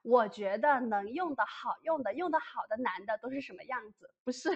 我觉得能用的好用的好的男的都是什么样子？不是。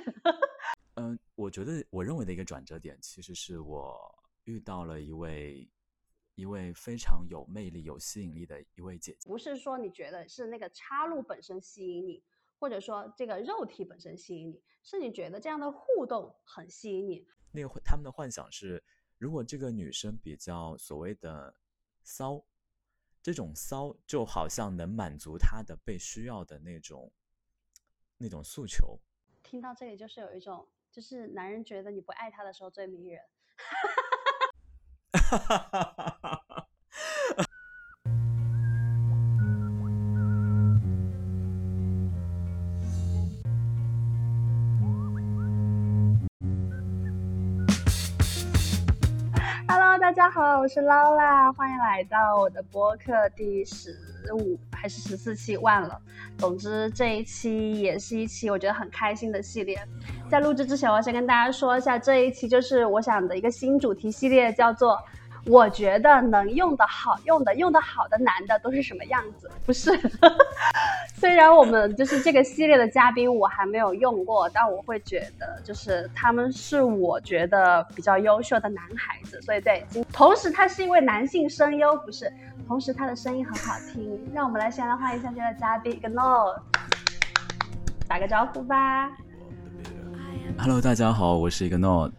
我认为的一个转折点，其实是我遇到了一位非常有魅力、有吸引力的一位姐姐。 不是说你觉得是那个插入本身吸引你，或者说这个肉体本身吸引你，是你觉得这样的互动很吸引你。 他们的幻想是，如果这个女生比较所谓的骚，这种骚就好像能满足她的被需要的那种诉求。 听到这里就是有一种，就是男人觉得你不爱他的时候最迷人。Hello， 大家好，我是劳拉，欢迎来到我的播客第15还是14期，忘了。总之这一期也是一期我觉得很开心的系列。在录制之前，我先跟大家说一下，这一期就是我想的一个新主题系列，叫做我觉得能用的好用的好的男的都是什么样子？不是。虽然我们就是这个系列的嘉宾我还没有用过，但我会觉得就是他们是我觉得比较优秀的男孩子，所以对，同时他是一位男性声优，不是，同时他的声音很好听。让我们来先来欢迎一下今天的嘉宾 Igno， 打个招呼吧。 Hello， 大家好，我是Igno。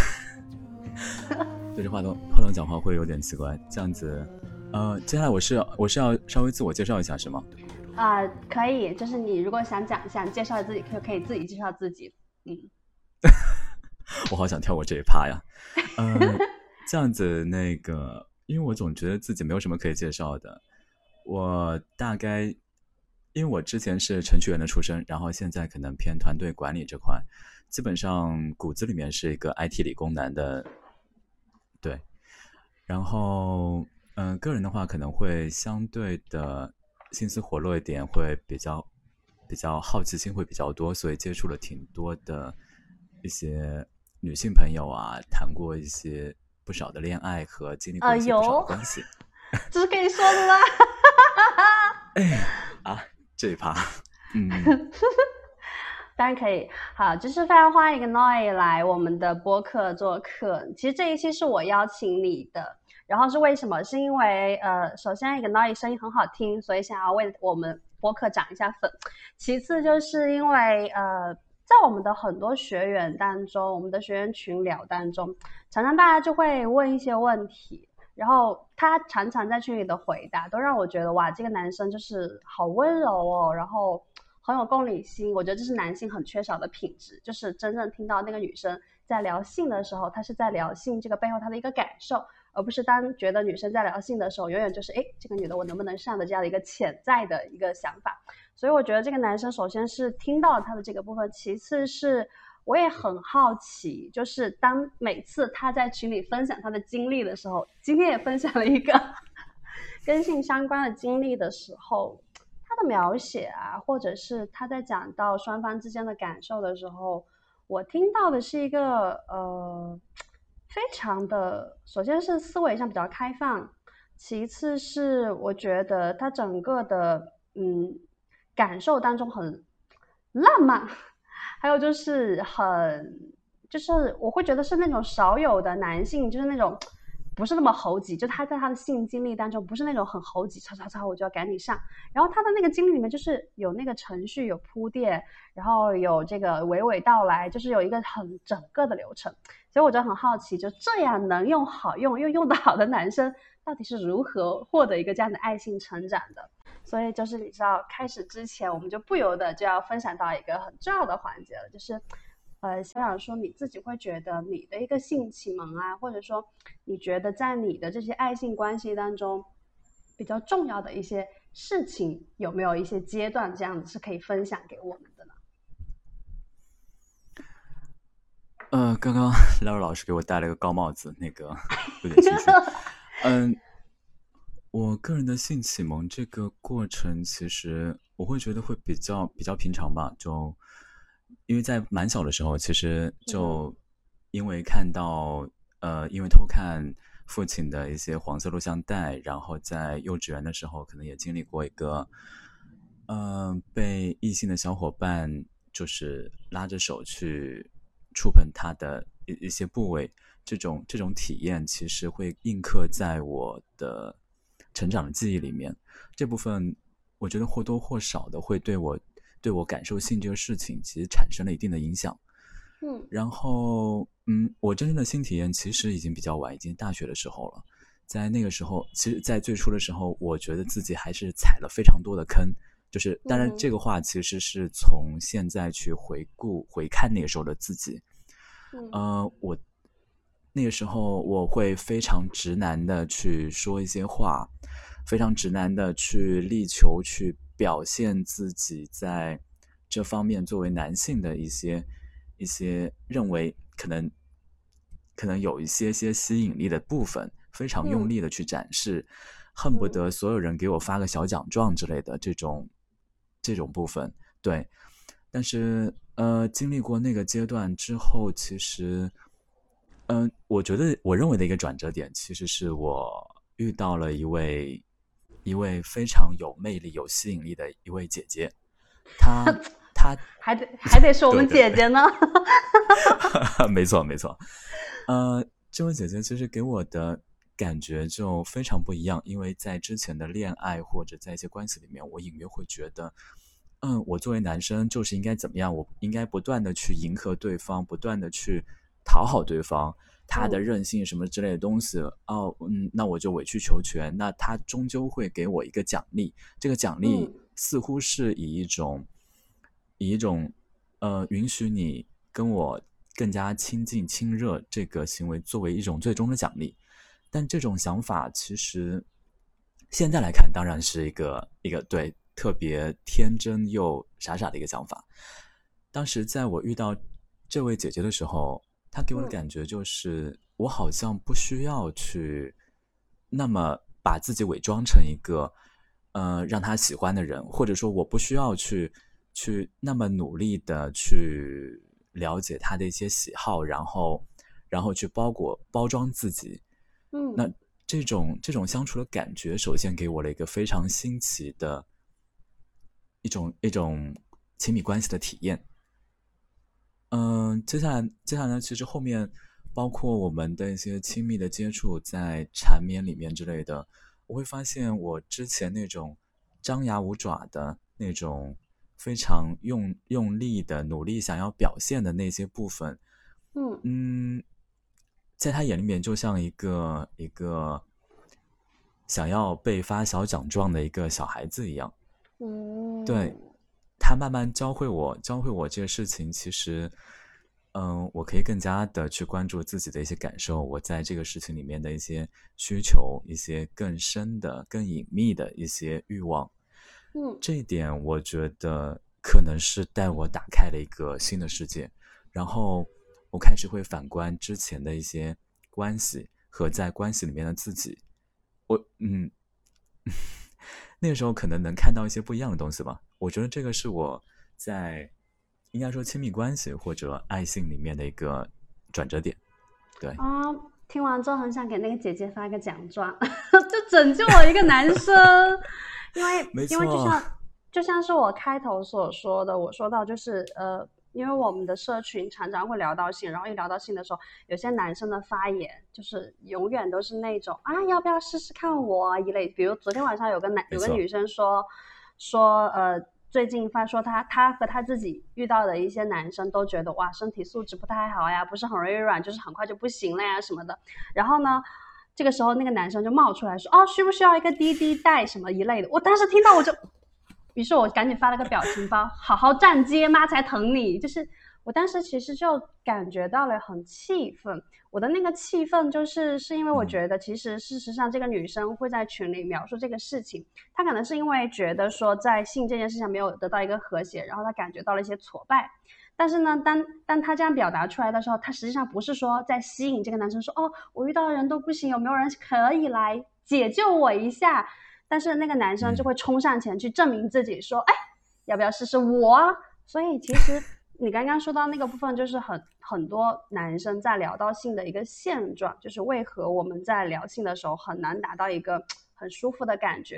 对着话筒讲话会有点奇怪，这样子。接下来我是要稍微自我介绍一下，是吗？ 可以，就是你如果想介绍自己，可以自己介绍自己。 我好想跳过这一趴呀。这样子因为我总觉得自己没有什么可以介绍的。我大概因为我之前是程序员的出身，然后现在可能偏团队管理这块，基本上骨子里面是一个 IT 理工男的。对，然后个人的话可能会相对的心思活络一点，会比较好奇心会比较多，所以接触了挺多的一些女性朋友啊，谈过一些不少的恋爱和经历过一些不少的关系。 这是可以说的吗？ 这一趴当然可以。好，就是非常欢迎 Igno 来我们的播客做客。其实这一期是我邀请你的，然后是为什么？是因为首先 Igno 声音很好听，所以想要为我们播客涨一下粉。其次就是因为在我们的很多学员当中，我们的学员群聊当中，常常大家就会问一些问题，然后他常常在群里的回答都让我觉得哇，这个男生就是好温柔哦，然后很有共理心。我觉得这是男性很缺少的品质，就是真正听到那个女生在聊性的时候，她是在聊性这个背后她的一个感受，而不是当觉得女生在聊性的时候永远就是这个女的我能不能上的这样的一个潜在的一个想法。所以我觉得这个男生首先是听到了他的这个部分，其次是我也很好奇，就是当每次他在群里分享他的经历的时候，今天也分享了一个跟性相关的经历的时候，他的描写啊，或者是他在讲到双方之间的感受的时候，我听到的是一个非常的，首先是思维上比较开放，其次是我觉得他整个的感受当中很浪漫，还有就是就是我会觉得是那种少有的男性，就是那种不是那么猴急，就他在他的性经历当中不是那种很猴急，吵我就要赶紧上。然后他的那个经历里面就是有那个程序，有铺垫，然后有这个娓娓道来，就是有一个很整个的流程。所以我就很好奇，就这样能用好用又用得好的男生到底是如何获得一个这样的爱性成长的。所以就是你知道，开始之前我们就不由得就要分享到一个很重要的环节了，就是想说你自己会觉得你的一个性启蒙啊，或者说你觉得在你的这些爱性关系当中比较重要的一些事情，有没有一些阶段这样子是可以分享给我们的呢？ 刚刚 Laura 老师给我戴了个高帽子，有点心虚。我个人的性启蒙这个过程，其实我会觉得会比较平常吧，就因为在蛮小的时候，其实就因为因为偷看父亲的一些黄色录像带，然后在幼稚园的时候，可能也经历过一个被异性的小伙伴就是拉着手去触碰他的一些部位，这种体验其实会印刻在我的成长的记忆里面。这部分我觉得或多或少的会对我感受性这个事情其实产生了一定的影响。然后我真正的性体验其实已经比较晚，已经大学的时候了。在那个时候，其实在最初的时候，我觉得自己还是踩了非常多的坑，就是当然这个话其实是从现在去回看那个时候的自己。我那个时候我会非常直男的去说一些话，非常直男的去力求去表现自己在这方面作为男性的一些认为可能有一些吸引力的部分，非常用力的去展示，恨不得所有人给我发个小奖状之类的这种部分。对，但是经历过那个阶段之后，其实我觉得我认为的一个转折点，其实是我遇到了一位非常有魅力有吸引力的一位姐姐。她还得是我们姐姐呢。 没错没错。这位姐姐其实给我的感觉就非常不一样，因为在之前的恋爱或者在一些关系里面，我隐约会觉得我作为男生就是应该怎么样，我应该不断的去迎合对方，不断的去讨好对方，他的任性什么之类的东西，那我就委曲求全，那他终究会给我一个奖励，这个奖励似乎是以一种允许你跟我更加亲近亲热这个行为作为一种最终的奖励。但这种想法其实现在来看当然是一个对特别天真又傻傻的一个想法。当时在我遇到这位姐姐的时候，她给我的感觉就是我好像不需要去那么把自己伪装成一个让她喜欢的人，或者说我不需要去那么努力的去了解她的一些喜好，然后去包装自己。那这种相处的感觉，首先给我了一个非常新奇的一种亲密关系的体验。接下来呢，其实后面包括我们的一些亲密的接触，在缠绵里面之类的，我会发现我之前那种张牙舞爪的那种非常用力的努力想要表现的那些部分，在他眼里面就像一个想要被发小奖状的一个小孩子一样。对，他慢慢教会我这个事情，其实我可以更加的去关注自己的一些感受，我在这个事情里面的一些需求，一些更深的更隐秘的一些欲望。这一点我觉得可能是带我打开了一个新的世界，然后我开始会反观之前的一些关系和在关系里面的自己。那个时候可能能看到一些不一样的东西吧。我觉得这个是我在应该说亲密关系或者爱情里面的一个转折点。对听完之后很想给那个姐姐发个奖状，就拯救了一个男生。因为就像是我开头所说的，我说到就是因为我们的社群常常会聊到性，然后一聊到性的时候，有些男生的发言就是永远都是那种要不要试试看我一类。比如昨天晚上有个女生说最近说她和她自己遇到的一些男生都觉得哇身体素质不太好呀，不是很容易软，就是很快就不行了呀什么的。然后呢这个时候那个男生就冒出来说需不需要一个滴滴带什么一类的。我当时听到于是我赶紧发了个表情包，好好站街，妈才疼你。就是我当时其实就感觉到了很气愤，我的那个气愤是因为我觉得其实事实上这个女生会在群里描述这个事情，她可能是因为觉得说在性这件事上没有得到一个和谐，然后她感觉到了一些挫败。但是呢当她这样表达出来的时候，她实际上不是说在吸引这个男生说我遇到的人都不行，有没有人可以来解救我一下。但是那个男生就会冲上前去证明自己说要不要试试我啊。所以其实你刚刚说到那个部分，就是很多男生在聊到性的一个现状，就是为何我们在聊性的时候很难达到一个很舒服的感觉。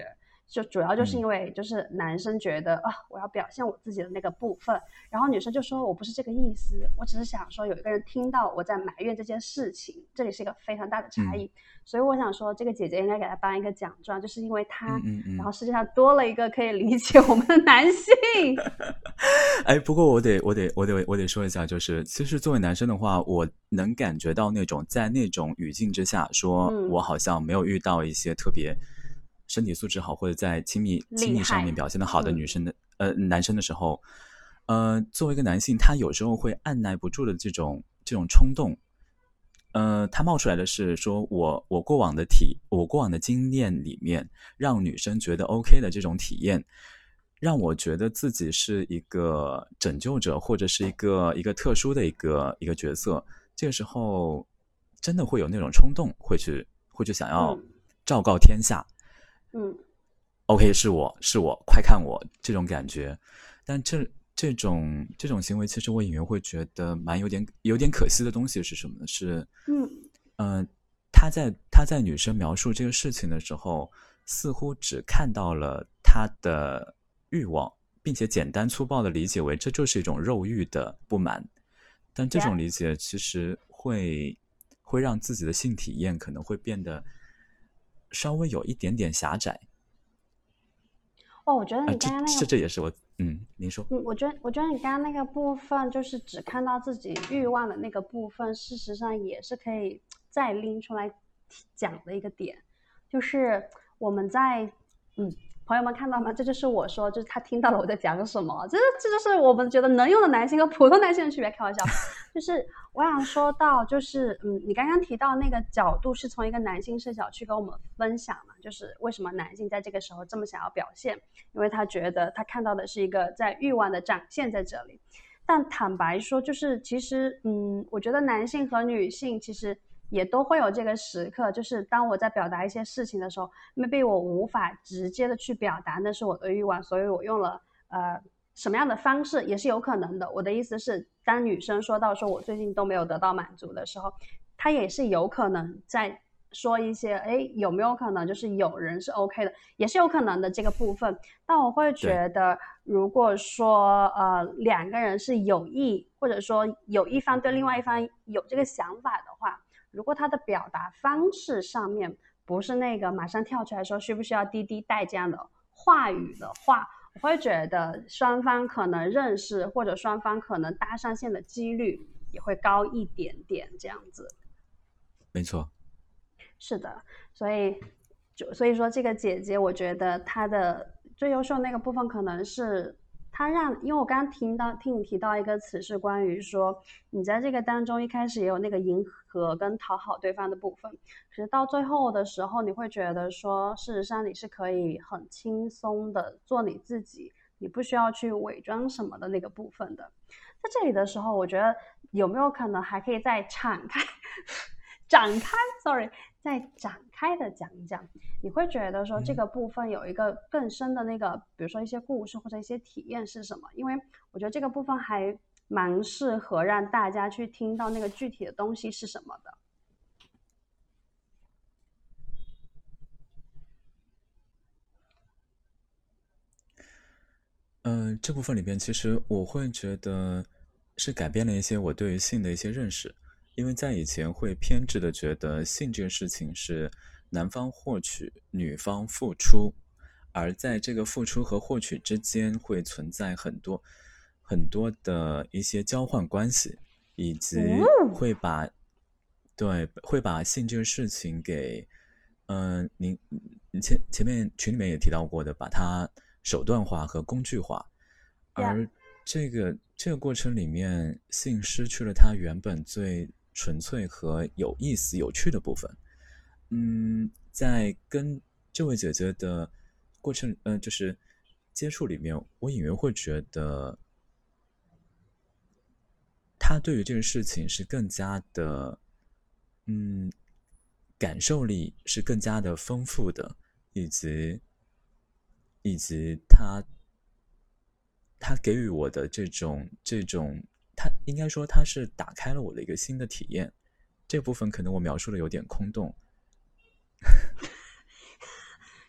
就主要就是因为就是男生觉得我要表现我自己的那个部分，然后女生就说我不是这个意思，我只是想说有一个人听到我在埋怨这件事情，这里是一个非常大的差异。所以我想说这个姐姐应该给她颁一个奖状，就是因为她然后世界上多了一个可以理解我们的男性。 哎，不过我得说一下，就是其实作为男生的话，我能感觉到那种在那种语境之下，说我好像没有遇到一些特别身体素质好或者在亲密上面表现的好的女生的男生的时候，作为一个男性，他有时候会按耐不住的这种冲动。他冒出来的是说我过往的经验里面，让女生觉得 OK 的这种体验，让我觉得自己是一个拯救者，或者是一个特殊的一个角色。这个时候真的会有那种冲动，会去想要昭告天下。OK， 是我，快看我这种感觉。但这种行为，其实我隐约会觉得有点可惜的东西是什么呢？是他在女生描述这个事情的时候，似乎只看到了他的欲望，并且简单粗暴的理解为这就是一种肉欲的不满。但这种理解其实会让自己的性体验可能会变得稍微有一点点狭窄。 我觉得你刚刚那个这也是我您说。 我觉得你刚刚那个部分，就是只看到自己欲望的那个部分，事实上也是可以再拎出来讲的一个点，就是我们在朋友们看到吗？这就是我说，就是他听到了我在讲什么，这就是我们觉得能用的男性和普通男性的区别。开玩笑，就是我想说到，就是你刚刚提到那个角度是从一个男性视角去跟我们分享嘛，就是为什么男性在这个时候这么想要表现，因为他觉得他看到的是一个在欲望的展现在这里。但坦白说，就是其实我觉得男性和女性其实也都会有这个时刻，就是当我在表达一些事情的时候 maybe 我无法直接的去表达那是我的欲望，所以我用了什么样的方式也是有可能的。我的意思是，当女生说到说我最近都没有得到满足的时候，她也是有可能在说一些有没有可能就是有人是 OK 的，也是有可能的这个部分。但我会觉得如果说两个人是有意，或者说有一方对另外一方有这个想法的话，如果他的表达方式上面不是那个马上跳出来说需不需要滴滴带这样的话语的话，我会觉得双方可能认识或者双方可能搭上线的几率也会高一点点这样子。 没错， 是的，所以说这个姐姐我觉得她的最优秀那个部分可能是他因为我刚刚听你提到一个词是关于说你在这个当中一开始也有那个迎合跟讨好对方的部分，可是到最后的时候你会觉得说事实上你是可以很轻松的做你自己，你不需要去伪装什么的那个部分的。在这里的时候我觉得有没有可能还可以再再展开的讲一讲，你会觉得说这个部分有一个更深的那个比如说一些故事或者一些体验是什么？因为我觉得这个部分还蛮适合让大家去听到那个具体的东西是什么的。 这部分里边其实我会觉得是改变了一些我对于性的一些认识。因为在以前会偏执的觉得性这个事情是男方获取，女方付出，而在这个付出和获取之间会存在很多的一些交换关系，以及会把性这个事情给您前面群里面也提到过的，把它手段化和工具化，而这个过程里面，性失去了它原本最纯粹和有意思、有趣的部分。在跟这位姐姐的过程，就是接触里面，我隐约会觉得，她对于这个事情是更加的，感受力是更加的丰富的，以及她给予我的这种，他应该说他是打开了我的一个新的体验。这部分可能我描述的有点空洞。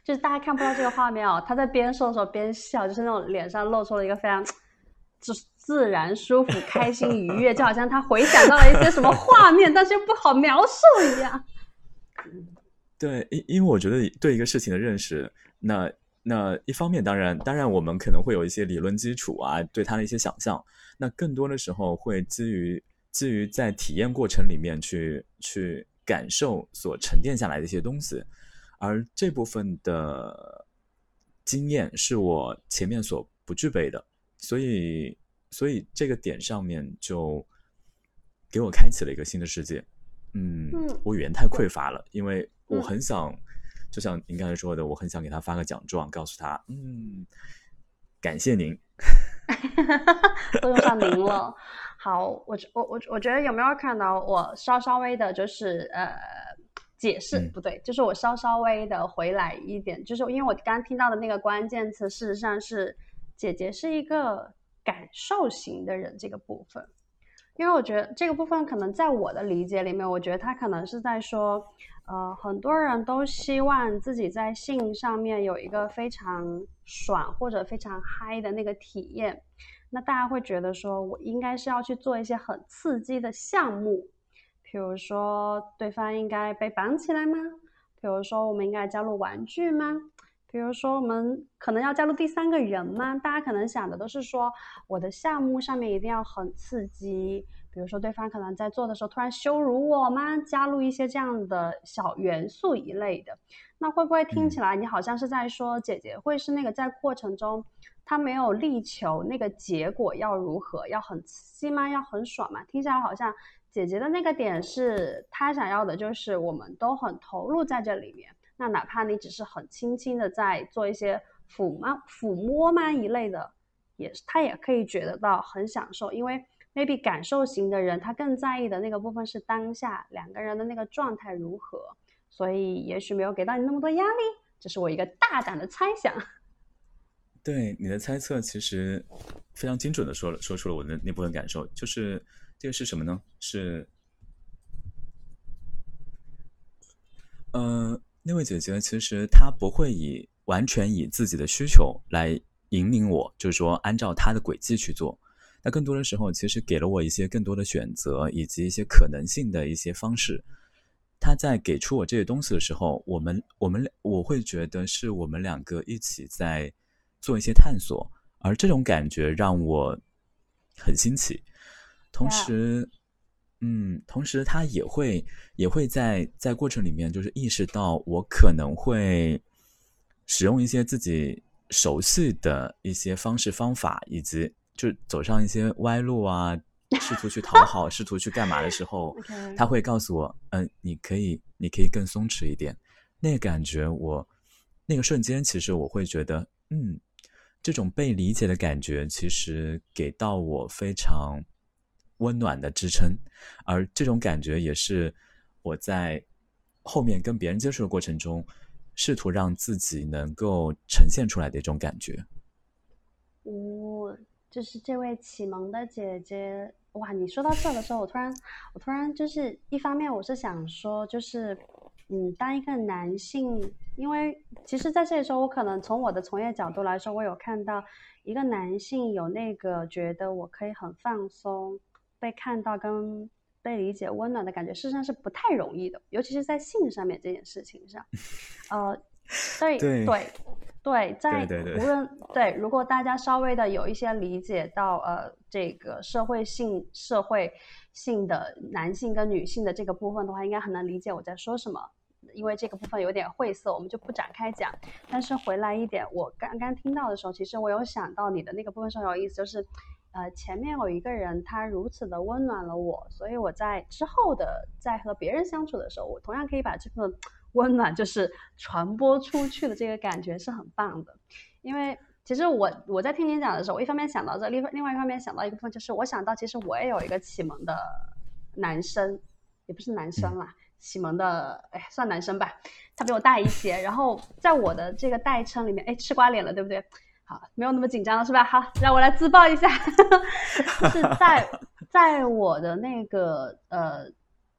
就是大家看不到这个画面哦，他在边说的时候边笑，就是那种脸上露出了一个非常就是自然、舒服、开心、愉悦，就好像他回想到了一些什么画面，但是又不好描述一样。 对，因为我觉得对一个事情的认识，那一方面当然我们可能会有一些理论基础啊，对它的一些想象，那更多的时候会基于在体验过程里面去感受所沉淀下来的一些东西，而这部分的经验是我前面所不具备的，所以这个点上面就给我开启了一个新的世界。我语言太匮乏了，因为我很想，就像您刚才说的，我很想给他发个奖状，告诉他，感谢您， 都用上您了。好，我觉得有没有看到我稍微的，就是解释不对，就是我稍微的回来一点，就是因为我刚刚听到的那个关键词，事实上是姐姐是一个感受型的人这个部分。因为我觉得这个部分可能在我的理解里面，我觉得他可能是在说，很多人都希望自己在性上面有一个非常爽或者非常嗨的那个体验，那大家会觉得说我应该是要去做一些很刺激的项目，比如说对方应该被绑起来吗？比如说我们应该加入玩具吗？比如说我们可能要加入第三个人吗？大家可能想的都是说我的项目上面一定要很刺激，比如说对方可能在做的时候突然羞辱我吗？加入一些这样的小元素一类的。那会不会听起来你好像是在说姐姐会是那个在过程中她没有力求那个结果要如何，要很刺激吗？要很爽吗？听起来好像姐姐的那个点是她想要的就是我们都很投入在这里面，那哪怕你只是很轻轻的在做一些抚摸吗一类的，他也可以觉得到很享受，因为 maybe 感受型的人他更在意的那个部分是当下两个人的那个状态如何，所以也许没有给到你那么多压力，这是我一个大胆的猜想。 对，你的猜测其实非常精准的说出了我的那部分感受，就是这个是什么呢？是那位姐姐其实她不会完全以自己的需求来引领我，就是说按照她的轨迹去做。那更多的时候其实给了我一些更多的选择以及一些可能性的一些方式。她在给出我这些东西的时候，我会觉得是我们两个一起在做一些探索，而这种感觉让我很新奇。同时同时他也会在过程里面就是意识到我可能会使用一些自己熟悉的一些方式方法，以及就走上一些歪路啊，试图去讨好试图去干嘛的时候他会告诉我你可以更松弛一点。那个感觉那个瞬间其实我会觉得这种被理解的感觉其实给到我非常温暖的支撑，而这种感觉也是我在后面跟别人接触的过程中试图让自己能够呈现出来的一种感觉。 就是这位启蒙的姐姐，哇！你说到这的时候，我突然就是一方面我是想说，就是当一个男性，因为其实在这里时候，我可能从我的从业角度来说，我有看到一个男性有那个觉得我可以很放松，被看到跟被理解温暖的感觉，事实上是不太容易的，尤其是在性上面这件事情上。无论如果大家稍微的有一些理解到这个社会性的男性跟女性的这个部分的话，应该很能理解我在说什么。因为这个部分有点晦涩，我们就不展开讲。但是回来一点，我刚刚听到的时候，其实我有想到你的那个部分是很有意思，就是前面有一个人他如此的温暖了我，所以我在之后的在和别人相处的时候，我同样可以把这份温暖就是传播出去的这个感觉是很棒的。因为其实我在听你讲的时候，我一方面想到这，另外一方面想到一个部分，就是我想到其实我也有一个启蒙的男生，也不是男生啦，启蒙的算男生吧，他比我大一些，然后在我的这个代称里面，吃瓜脸了对不对？好，没有那么紧张了是吧？好，让我来自爆一下就是在我的那个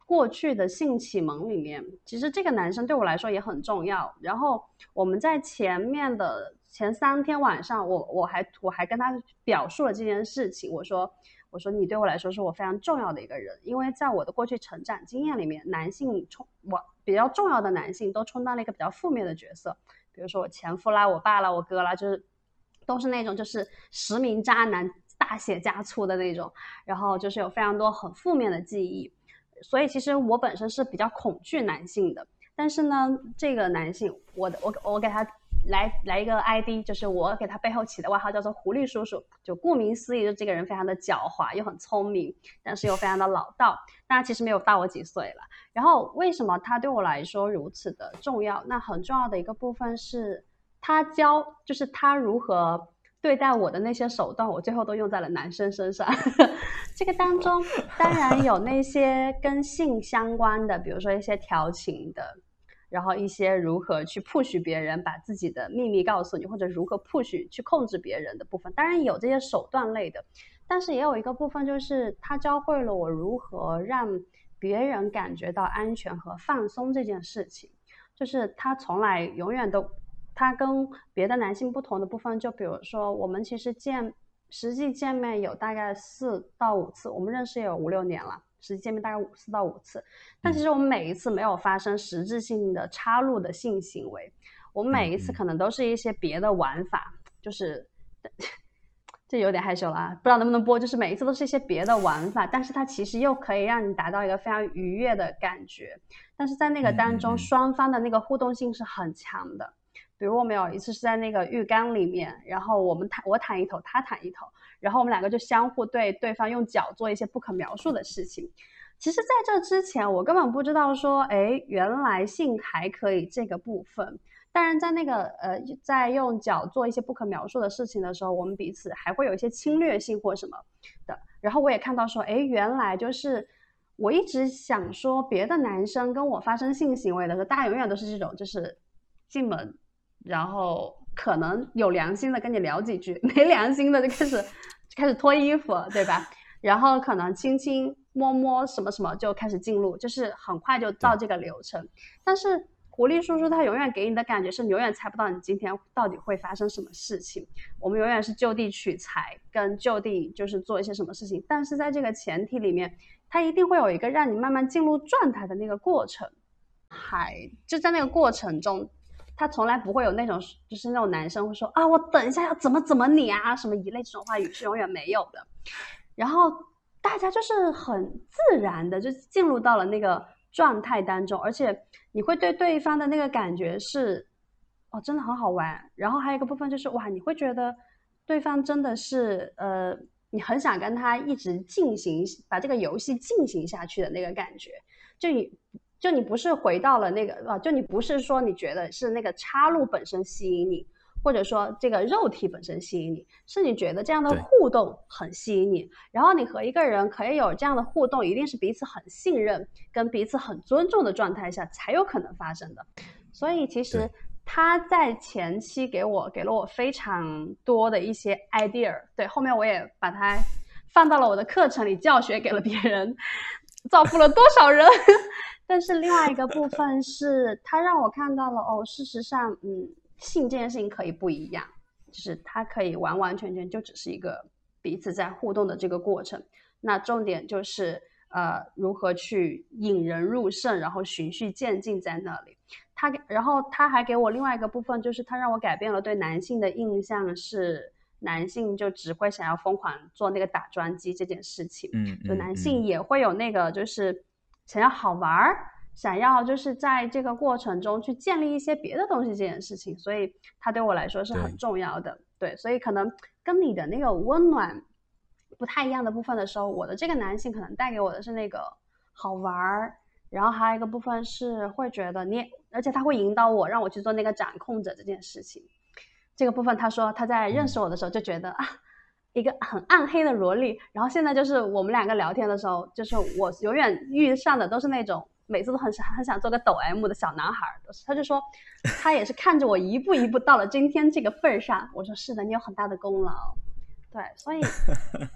过去的性启蒙里面，其实这个男生对我来说也很重要。然后我们在前面的前3天晚上，我还跟他表述了这件事情。我说你对我来说是我非常重要的一个人，因为在我的过去成长经验里面，男性我比较重要的男性都充当了一个比较负面的角色，比如说我前夫啦、我爸啦、我哥啦，就是都是那种就是实名渣男、大写加粗的那种，然后就是有非常多很负面的记忆。所以其实我本身是比较恐惧男性的，但是呢，这个男性我给他来一个 ID， 就是我给他背后起的外号叫做狐狸叔叔，就顾名思义，就这个人非常的狡猾又很聪明，但是又非常的老道，但他其实没有大我几岁了。然后为什么他对我来说如此的重要？那很重要的一个部分是就是他如何对待我的那些手段，我最后都用在了男生身上。这个当中当然有那些跟性相关的，比如说一些调情的，然后一些如何去 push 别人把自己的秘密告诉你，或者如何 push 去控制别人的部分，当然有这些手段类的，但是也有一个部分就是他教会了我如何让别人感觉到安全和放松这件事情。就是他从来永远都，他跟别的男性不同的部分，就比如说我们其实实际见面有大概4到5次，我们认识也有5、6年了，实际见面大概4到5次，但其实我们每一次没有发生实质性的插入的性行为，我们每一次可能都是一些别的玩法，就是这有点害羞了啊，不知道能不能播，就是每一次都是一些别的玩法，但是它其实又可以让你达到一个非常愉悦的感觉，但是在那个当中双方的那个互动性是很强的。比如我们有一次是在那个浴缸里面，然后我躺一头，他躺一头，然后我们两个就相互对对方用脚做一些不可描述的事情。其实在这之前我根本不知道说，原来性还可以这个部分。当然在那个在用脚做一些不可描述的事情的时候，我们彼此还会有一些侵略性或什么的。然后我也看到说，原来就是我一直想说别的男生跟我发生性行为的时候，大家永远都是这种，就是进门然后可能有良心的跟你聊几句，没良心的就开始脱衣服，对吧？然后可能亲亲摸摸什么什么就开始进入，就是很快就到这个流程。但是狐狸叔叔他永远给你的感觉是你永远猜不到你今天到底会发生什么事情，我们永远是就地取材跟就地就是做一些什么事情，但是在这个前提里面他一定会有一个让你慢慢进入状态的那个过程，就在那个过程中他从来不会有那种就是那种男生会说啊我等一下要怎么你啊什么一类这种话语是永远没有的，然后大家就是很自然的就进入到了那个状态当中，而且你会对对方的那个感觉是真的很好玩，然后还有一个部分就是哇你会觉得对方真的是你很想跟他一直把这个游戏进行下去的那个感觉，就你不是回到了那个就你不是说你觉得是那个插入本身吸引你，或者说这个肉体本身吸引你，是你觉得这样的互动很吸引你，然后你和一个人可以有这样的互动，一定是彼此很信任跟彼此很尊重的状态下才有可能发生的。所以其实他在前期给了我非常多的一些 idea， 对，后面我也把它放到了我的课程里教学给了别人，造福了多少人。但是另外一个部分是他让我看到了事实上性这件事情可以不一样，就是它可以完完全全就只是一个彼此在互动的这个过程，那重点就是如何去引人入胜，然后循序渐进在那里。然后他还给我另外一个部分，就是他让我改变了对男性的印象，是男性就只会想要疯狂做那个打桩机这件事情，就男性也会有那个就是想要好玩，想要就是在这个过程中去建立一些别的东西这件事情，所以它对我来说是很重要的。 对，所以可能跟你的那个温暖不太一样的部分的时候，我的这个男性可能带给我的是那个好玩，然后还有一个部分是会觉得而且他会引导我让我去做那个掌控者这件事情。这个部分他说他在认识我的时候就觉得一个很暗黑的萝莉，然后现在就是我们两个聊天的时候，就是我永远遇上的都是那种每次都很想做个抖 M 的小男孩，他就说他也是看着我一步一步到了今天这个份上。我说是的，你有很大的功劳。对，所以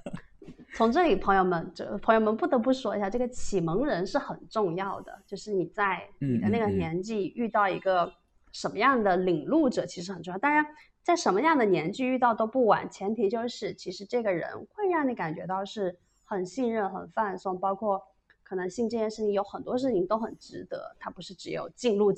从这里朋友们不得不说一下，这个启蒙人是很重要的，就是你在你的那个年纪遇到一个什么样的领路者其实很重要，当然在什么样的年纪遇到都不晚，前提就是其实这个人会让你感觉到是很信任很放松，包括可能性这件事情有很多事情都很值得，它不是只有进入。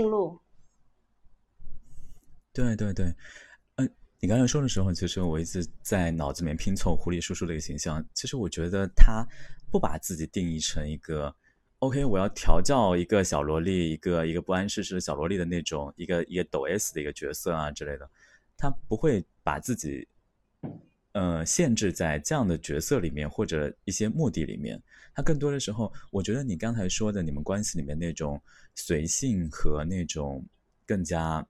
对对对，你刚才说的时候，其实我一直在脑子里面拼凑狐狸叔叔的一个形象。其实我觉得他不把自己定义成一个 OK， 我要调教一个小萝莉，一个不谙世事的小萝莉的那种一个抖 S 的一个角色啊之类的，他不会把自己限制在这样的角色里面或者一些目的里面。他更多的时候，我觉得你刚才说的你们关系里面那种随性和那种更加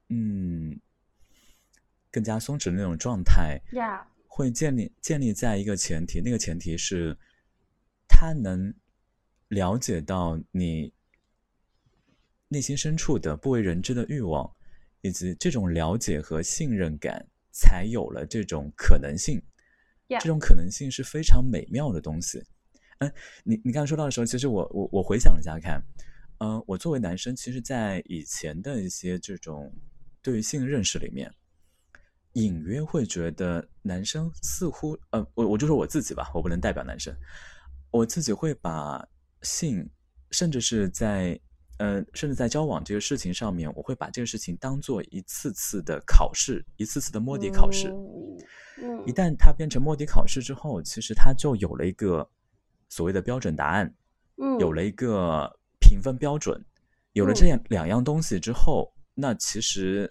更加松弛的那种状态，会建立在一个前提，那个前提是他能了解到你内心深处的不为人知的欲望，以及这种了解和信任感才有了这种可能性。这种可能性是非常美妙的东西。你刚才说到的时候，其实我回想一下看，我作为男生，其实在以前的一些这种对于性认识里面，隐约会觉得男生似乎我就说我自己吧，我不能代表男生，我自己会把性甚至在交往这个事情上面，我会把这个事情当做一次次的考试，一次次的摸底考试。一旦它变成摸底考试之后，其实它就有了一个所谓的标准答案，有了一个评分标准，有了这样两样东西之后，那其实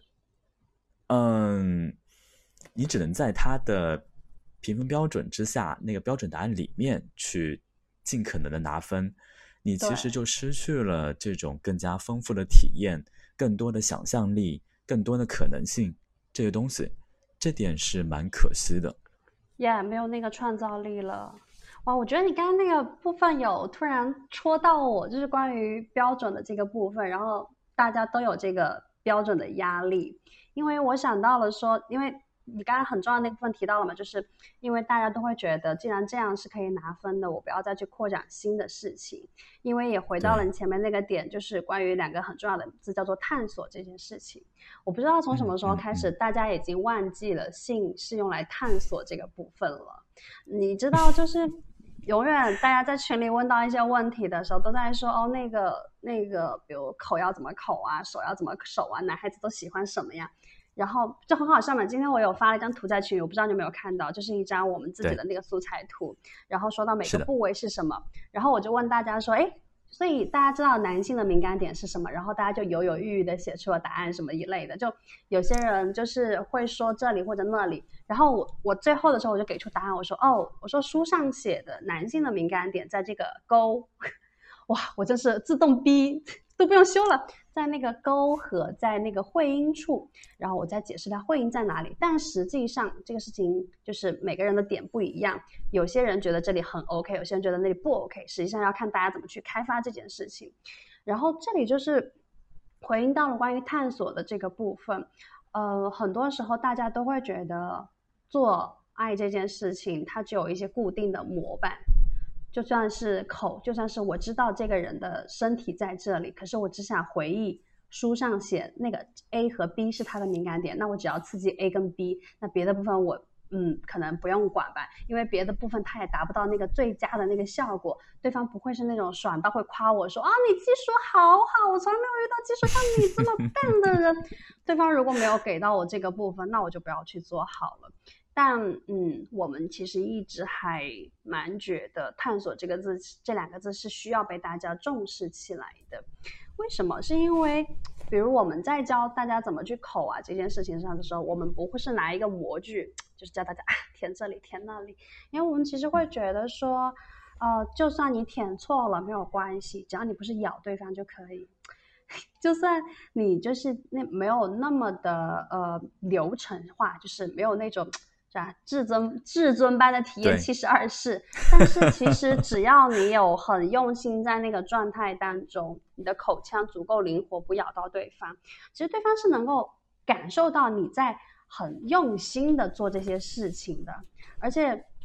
你只能在它的评分标准之下，那个标准答案里面去尽可能的拿分，你其实就失去了这种更加丰富的体验，更多的想象力，更多的可能性这些东西，这点是蛮可惜的。 没有那个创造力了。哇，我觉得你刚刚那个部分有突然戳到我，就是关于标准的这个部分，然后大家都有这个标准的压力。因为我想到了说，因为你刚刚很重要的那部分提到了嘛，就是因为大家都会觉得既然这样是可以拿分的，我不要再去扩展新的事情。因为也回到了你前面那个点，就是关于两个很重要的字叫做探索这件事情。我不知道从什么时候开始，大家已经忘记了性是用来探索这个部分了。你知道，就是永远大家在群里问到一些问题的时候，都在说那个，比如口要怎么口啊，手要怎么手啊，男孩子都喜欢什么呀？然后就很好笑嘛，今天我有发了一张图在群里，我不知道你有没有看到，就是一张我们自己的那个素材图，然后说到每个部位是什么，然后我就问大家说，所以大家知道男性的敏感点是什么？然后大家就犹犹豫豫的写出了答案什么一类的，就有些人就是会说这里或者那里，然后我最后的时候我就给出答案，我说书上写的男性的敏感点在这个沟，哇，我真是自动逼都不用修了，在那个沟和在那个会阴处，然后我再解释它会阴在哪里。但实际上这个事情就是每个人的点不一样，有些人觉得这里很 OK， 有些人觉得那里不 OK， 实际上要看大家怎么去开发这件事情。然后这里就是回应到了关于探索的这个部分，很多时候大家都会觉得做爱这件事情它只有一些固定的模板，就算是口，就算是我知道这个人的身体在这里，可是我只想回忆书上写那个 A 和 B 是他的敏感点，那我只要刺激 A 跟 B， 那别的部分我可能不用管吧，因为别的部分他也达不到那个最佳的那个效果，对方不会是那种爽到会夸我说你技术好好，我从来没有遇到技术像你这么棒的人对方如果没有给到我这个部分，那我就不要去做好了。但我们其实一直还蛮觉得探索这两个字是需要被大家重视起来的。为什么？是因为比如我们在教大家怎么去口啊这件事情上的时候，我们不会是拿一个模具就是教大家舔这里舔那里，因为我们其实会觉得说就算你舔错了没有关系，只要你不是咬对方就可以，就算你就是没有那么的流程化，就是没有那种至尊般的体验72式，但是其实只要你有很用心在那个状态当中，你的口腔足够灵活不咬到对方，其实对方是能够感受到你在很用心的做这些事情的。而且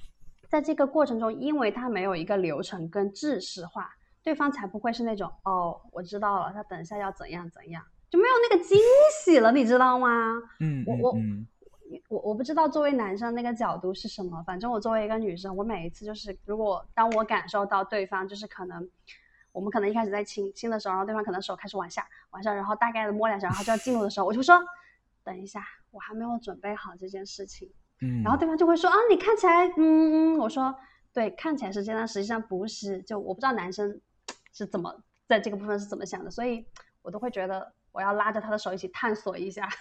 在这个过程中，因为他没有一个流程跟制式化，对方才不会是那种哦，我知道了，他等一下要怎样怎样，就没有那个惊喜了，你知道吗？我不知道作为男生那个角度是什么，反正我作为一个女生，我每一次就是当我感受到对方就是我们可能一开始在亲的时候，然后对方可能手开始往下，然后大概的摸两下，然后就要进入的时候，我就说等一下，我还没有准备好这件事情。然后对方就会说啊，你看起来我说对，看起来是这样，实际上不是，就我不知道男生是怎么在这个部分是怎么想的，所以我都会觉得我要拉着他的手一起探索一下。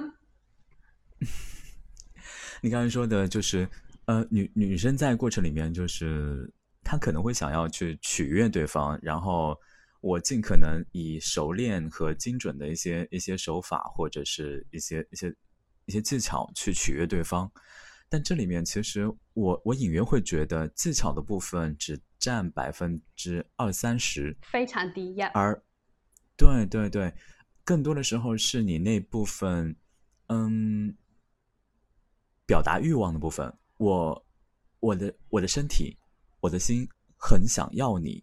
你刚才说的就是女生在过程里面就是她可能会想要去取悦对方，然后我尽可能以熟练和精准的一些手法或者是一些技巧去取悦对方，但这里面其实我隐约会觉得技巧的部分只占20-30%， 非常低呀。 而对对对，更多的时候是你那部分表达欲望的部分，我的身体，我的心很想要你。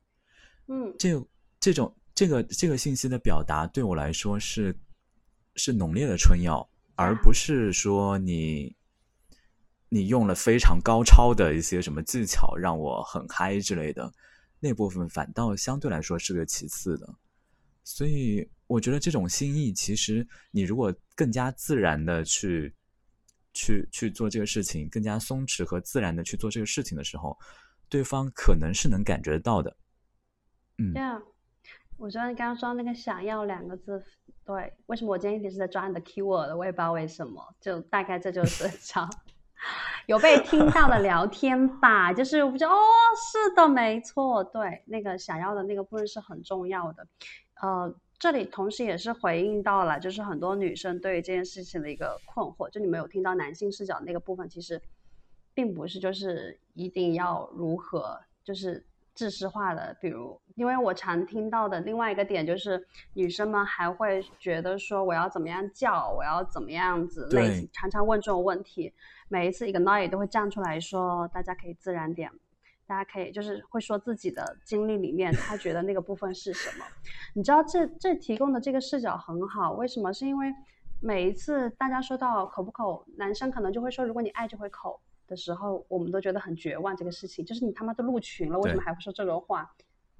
这个信息的表达对我来说是浓烈的春药，而不是说你用了非常高超的一些什么技巧让我很嗨之类的，那部分反倒相对来说是个其次的。所以我觉得这种心意，其实你如果更加自然的去做这个事情，更加松弛和自然的去做这个事情的时候，对方可能是能感觉到的。 对啊，我觉得你刚刚说那个想要2个字，对，为什么我今天一直是在抓你的 keyword 我也不知道为什么，就大概这就是有被听到的聊天吧，就是我觉得是的，没错，对，那个想要的那个部分是很重要的。这里同时也是回应到了就是很多女生对于这件事情的一个困惑，就你们有听到男性视角那个部分，其实并不是就是一定要如何就是制式化的，比如因为我常听到的另外一个点就是女生们还会觉得说我要怎么样叫，我要怎么样子，类似常常问这种问题，每一次一个 Noi 都会站出来说大家可以自然点，大家可以就是会说自己的经历里面他觉得那个部分是什么。你知道这提供的这个视角很好，为什么？是因为每一次大家说到口不口，男生可能就会说如果你爱就会口的时候，我们都觉得很绝望，这个事情就是你他妈都入群了，为什么还会说这种话？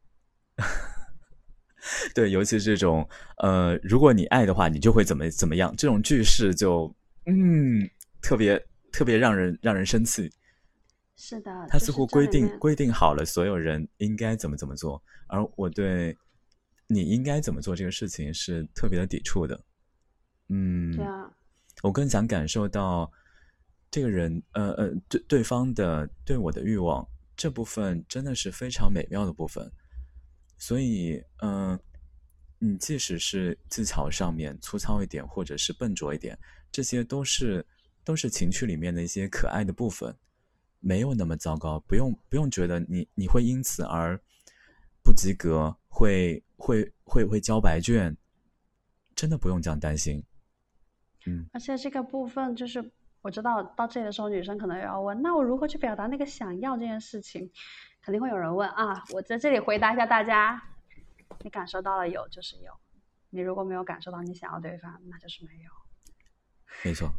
对，尤其是这种如果你爱的话你就会怎么样，这种句式就特别让人生气。 是的， 他似乎规定好了所有人应该怎么做，而我对你应该怎么做这个事情是特别的抵触的。 对啊， 我更想感受到这个人对方的对我的欲望，这部分真的是非常美妙的部分。所以你即使是技巧上面粗糙一点或者是笨拙一点，这些都是情趣里面的一些可爱的部分，没有那么糟糕，不用觉得你会因此而不及格，会交白卷，真的不用这样担心。 而且这个部分就是我知道到这里的时候，女生可能要问，那我如何去表达那个想要这件事情？肯定会有人问啊，我在这里回答一下大家，你感受到了有就是有，你如果没有感受到你想要对方，那就是没有。 没错。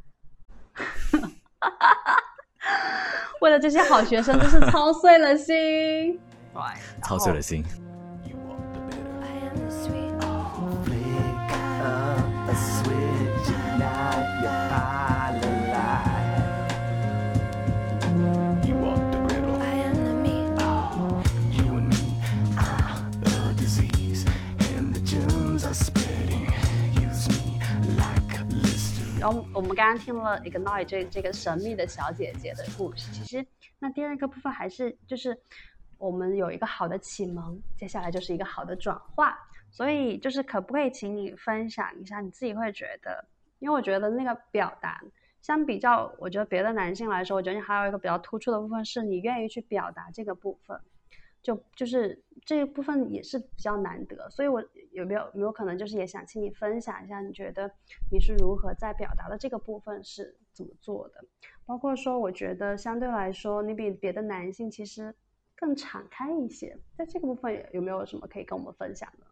为了这些好学生，真是操碎了心。 操碎了心。然后我们刚刚听了 Ignite 这个神秘的小姐姐的故事，其实那第二个部分还是就是我们有一个好的启蒙，接下来就是一个好的转化。所以就是可不可以请你分享一下你自己会觉得，因为我觉得那个表达相比较我觉得别的男性来说，我觉得你还有一个比较突出的部分是你愿意去表达这个部分，就是这一部分也是比较难得，所以我有没有可能就是也想请你分享一下，你觉得你是如何在表达的这个部分是怎么做的。包括说我觉得相对来说你比别的男性其实更敞开一些，在这个部分有没有什么可以跟我们分享的？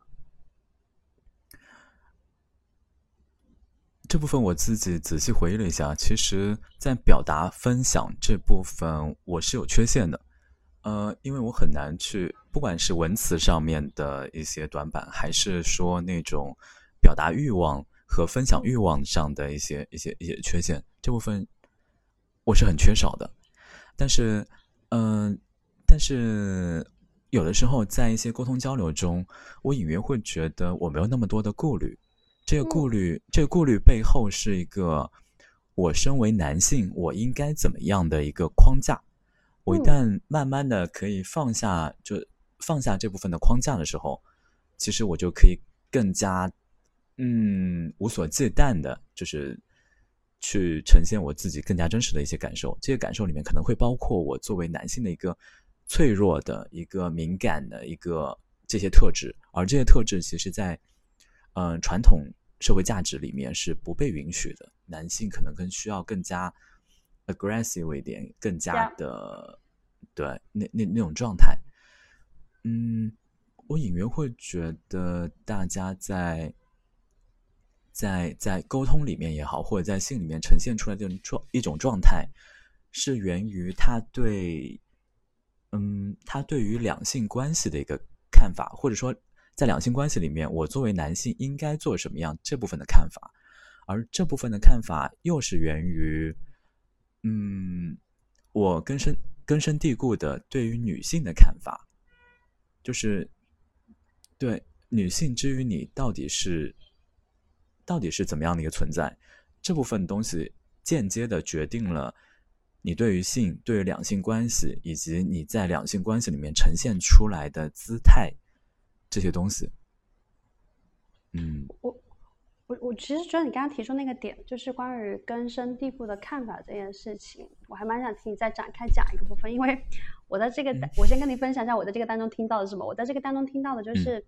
这部分我自己仔细回忆了一下，其实在表达分享这部分我是有缺陷的。因为我很难去，不管是文词上面的一些短板，还是说那种表达欲望和分享欲望上的一些缺陷，这部分我是很缺少的。但是，但是有的时候在一些沟通交流中，我隐约会觉得我没有那么多的顾虑。这个顾虑背后是一个我身为男性我应该怎么样的一个框架。我一旦慢慢的可以放下这部分的框架的时候，其实我就可以更加无所忌惮的，就是去呈现我自己更加真实的一些感受。这些感受里面可能会包括我作为男性的一个脆弱的一个敏感的一个这些特质，而这些特质其实在传统社会价值里面是不被允许的。男性可能需要更加 aggressive 一点，更加的对那种状态。我隐约会觉得大家在沟通里面也好，或者在性里面呈现出来的一种状态，是源于他对于两性关系的一个看法，或者说在两性关系里面，我作为男性应该做什么样这部分的看法。而这部分的看法又是源于我根深蒂固的对于女性的看法，就是对女性之于你到底是怎么样的一个存在，这部分东西间接的决定了你对于性、对于两性关系，以及你在两性关系里面呈现出来的姿态这些东西。 我其实觉得你刚刚提出那个点，就是关于根深蒂固的看法这件事情，我还蛮想听你再展开讲一个部分。因为我在这个我先跟你分享一下我在这个当中听到的是什么。我在这个当中听到的就是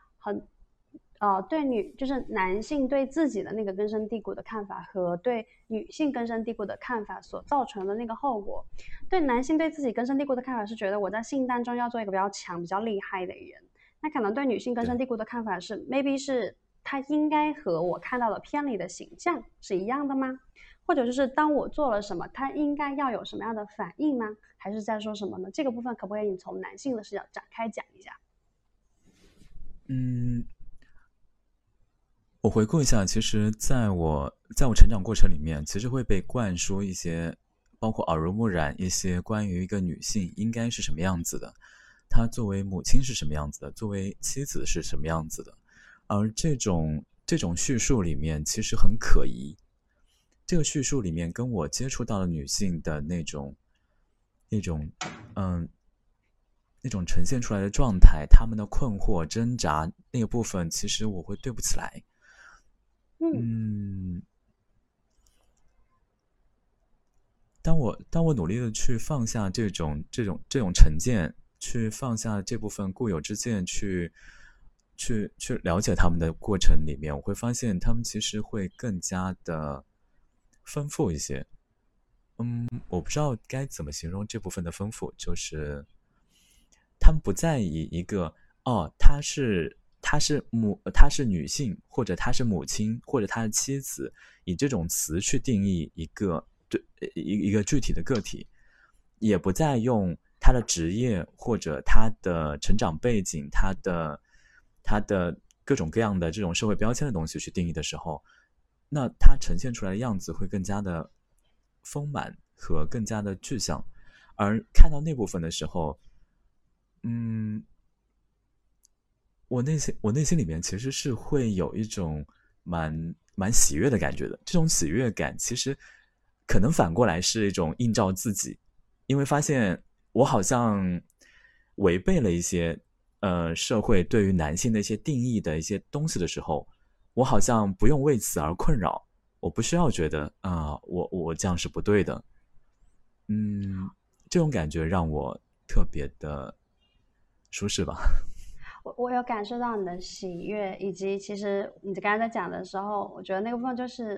就是男性对自己的那个根深蒂固的看法和对女性根深蒂固的看法所造成的那个后果。对男性对自己根深蒂固的看法是觉得我在性当中要做一个比较强比较厉害的人，那可能对女性根深蒂固的看法是 maybe 是他应该和我看到的片里的形象是一样的吗？或者就是当我做了什么他应该要有什么样的反应吗？还是在说什么呢？这个部分可不可以你从男性的视角展开讲一下？ 我回顾一下，其实在我成长过程里面，其实会被灌输一些包括耳濡目染一些关于一个女性应该是什么样子的，她作为母亲是什么样子的，作为妻子是什么样子的。而这种叙述里面其实很可疑，这个叙述里面跟我接触到的女性的那种呈现出来的状态，她们的困惑挣扎那个部分，其实我会对不起来。当我努力的去放下这种成见，去放下这部分固有之见，去了解他们的过程里面，我会发现他们其实会更加的丰富一些。我不知道该怎么形容这部分的丰富，就是他们不再以一个她是女性，或者她是母亲，或者她是妻子，以这种词去定义一个具体的个体，也不再用她的职业或者她的成长背景，她的各种各样的这种社会标签的东西去定义的时候，那它呈现出来的样子会更加的丰满和更加的具象。而看到那部分的时候，我内心里面其实是会有一种蛮喜悦的感觉的。这种喜悦感其实可能反过来是一种映照自己，因为发现我好像违背了一些社会对于男性的一些定义的一些东西的时候，我好像不用为此而困扰，我不需要觉得我这样是不对的。这种感觉让我特别的舒适吧。 我有感受到你的喜悦，以及其实你刚才在讲的时候，我觉得那个部分就是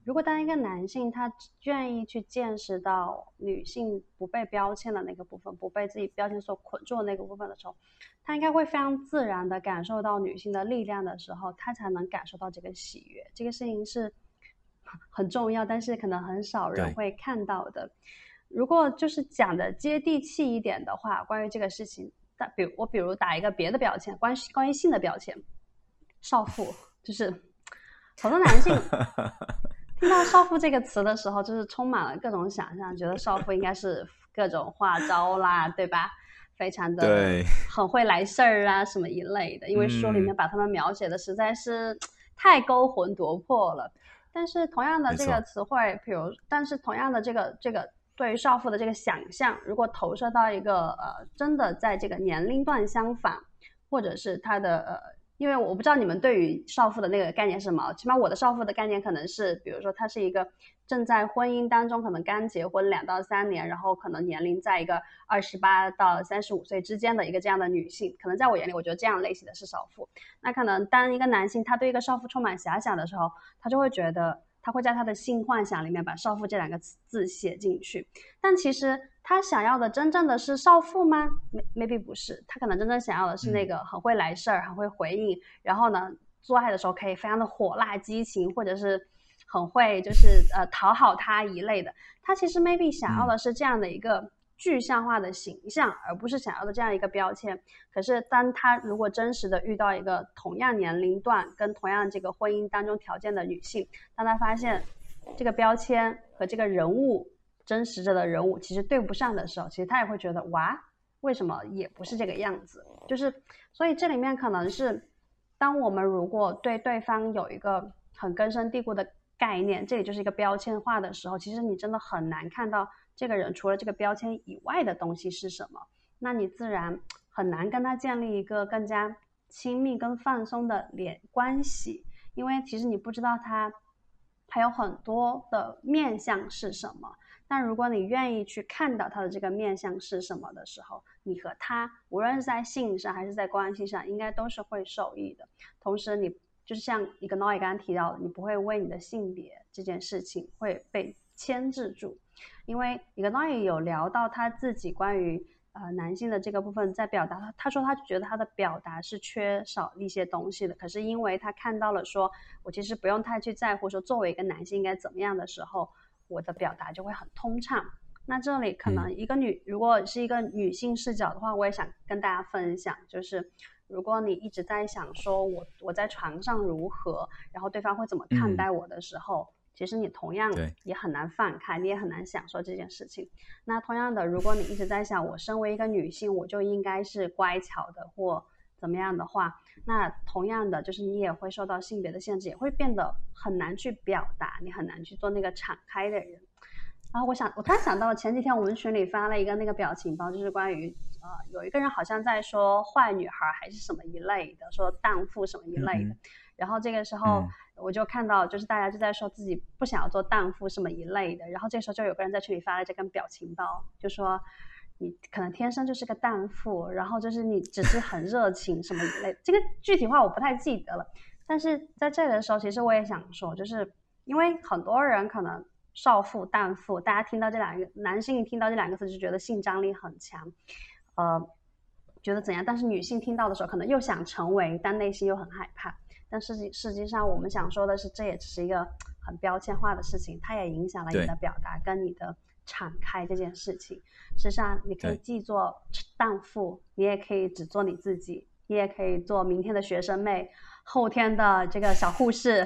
如果当一个男性他愿意去见识到女性不被标签的那个部分，不被自己标签所捆住的那个部分的时候，他应该会非常自然的感受到女性的力量的时候，他才能感受到这个喜悦。这个事情是很重要，但是可能很少人会看到的。如果就是讲的接地气一点的话，关于这个事情，比如打一个别的标签，关于性的标签，少妇，就是好多男性听到少妇这个词的时候，就是充满了各种想象，觉得少妇应该是各种花招啦，对吧？非常的很会来事儿啊，什么一类的。因为书里面把他们描写的实在是太勾魂夺魄了。但是同样的这个词汇，但是同样的这个对于少妇的这个想象，如果投射到一个真的在这个年龄段相仿，或者是他的因为我不知道你们对于少妇的那个概念是什么，起码我的少妇的概念可能是，比如说她是一个正在婚姻当中，可能刚结婚2到3年，然后可能年龄在一个28到35岁之间的一个这样的女性，可能在我眼里，我觉得这样类型的是少妇。那可能当一个男性他对一个少妇充满遐想的时候，他就会觉得他会在他的性幻想里面把少妇这2个字写进去，但其实他想要的真正的是少妇吗？ maybe 不是，他可能真正想要的是那个很会来事儿、很会回应，然后呢做爱的时候可以非常的火辣激情，或者是很会就是讨好他一类的。他其实 maybe 想要的是这样的一个具象化的形象，而不是想要的这样一个标签。可是当他如果真实的遇到一个同样年龄段跟同样这个婚姻当中条件的女性，当他发现这个标签和这个人物真实着的人物其实对不上的时候，其实他也会觉得哇，为什么也不是这个样子。就是所以这里面可能是当我们如果对对方有一个很根深蒂固的概念，这里就是一个标签化的时候，其实你真的很难看到这个人除了这个标签以外的东西是什么，那你自然很难跟他建立一个更加亲密跟放松的关系，因为其实你不知道他还有很多的面向是什么。但如果你愿意去看到他的这个面向是什么的时候，你和他无论是在性上还是在关系上应该都是会受益的。同时你就是像Ignoy刚刚提到的，你不会为你的性别这件事情会被牵制住。因为Ignoy有聊到他自己关于男性的这个部分在表达，他说他觉得他的表达是缺少一些东西的，可是因为他看到了说我其实不用太去在乎说作为一个男性应该怎么样的时候，我的表达就会很通畅。那这里可能如果是一个女性视角的话，我也想跟大家分享，就是如果你一直在想说我在床上如何，然后对方会怎么看待我的时候，其实你同样也很难放开，你也很难享受这件事情。那同样的，如果你一直在想我身为一个女性我就应该是乖巧的或怎么样的话，那同样的就是你也会受到性别的限制，也会变得很难去表达，你很难去做那个敞开的人。然后我突然想到前几天我们群里发了一个那个表情包，就是关于有一个人好像在说坏女孩还是什么一类的，说荡妇什么一类的。然后这个时候我就看到就是大家就在说自己不想要做荡妇什么一类的，然后这个时候就有个人在群里发了这个表情包，就说你可能天生就是个荡妇，然后就是你只是很热情什么一类的。这个具体话我不太记得了，但是在这里的时候其实我也想说，就是因为很多人可能少妇荡妇，大家听到这2个男性听到这2个字就觉得性张力很强，觉得怎样，但是女性听到的时候可能又想成为，但内心又很害怕。但实际上我们想说的是，这也只是一个很标签化的事情，它也影响了你的表达跟你的敞开这件事情。事实上你可以既做荡妇，你也可以只做你自己，你也可以做明天的学生妹，后天的这个小护士。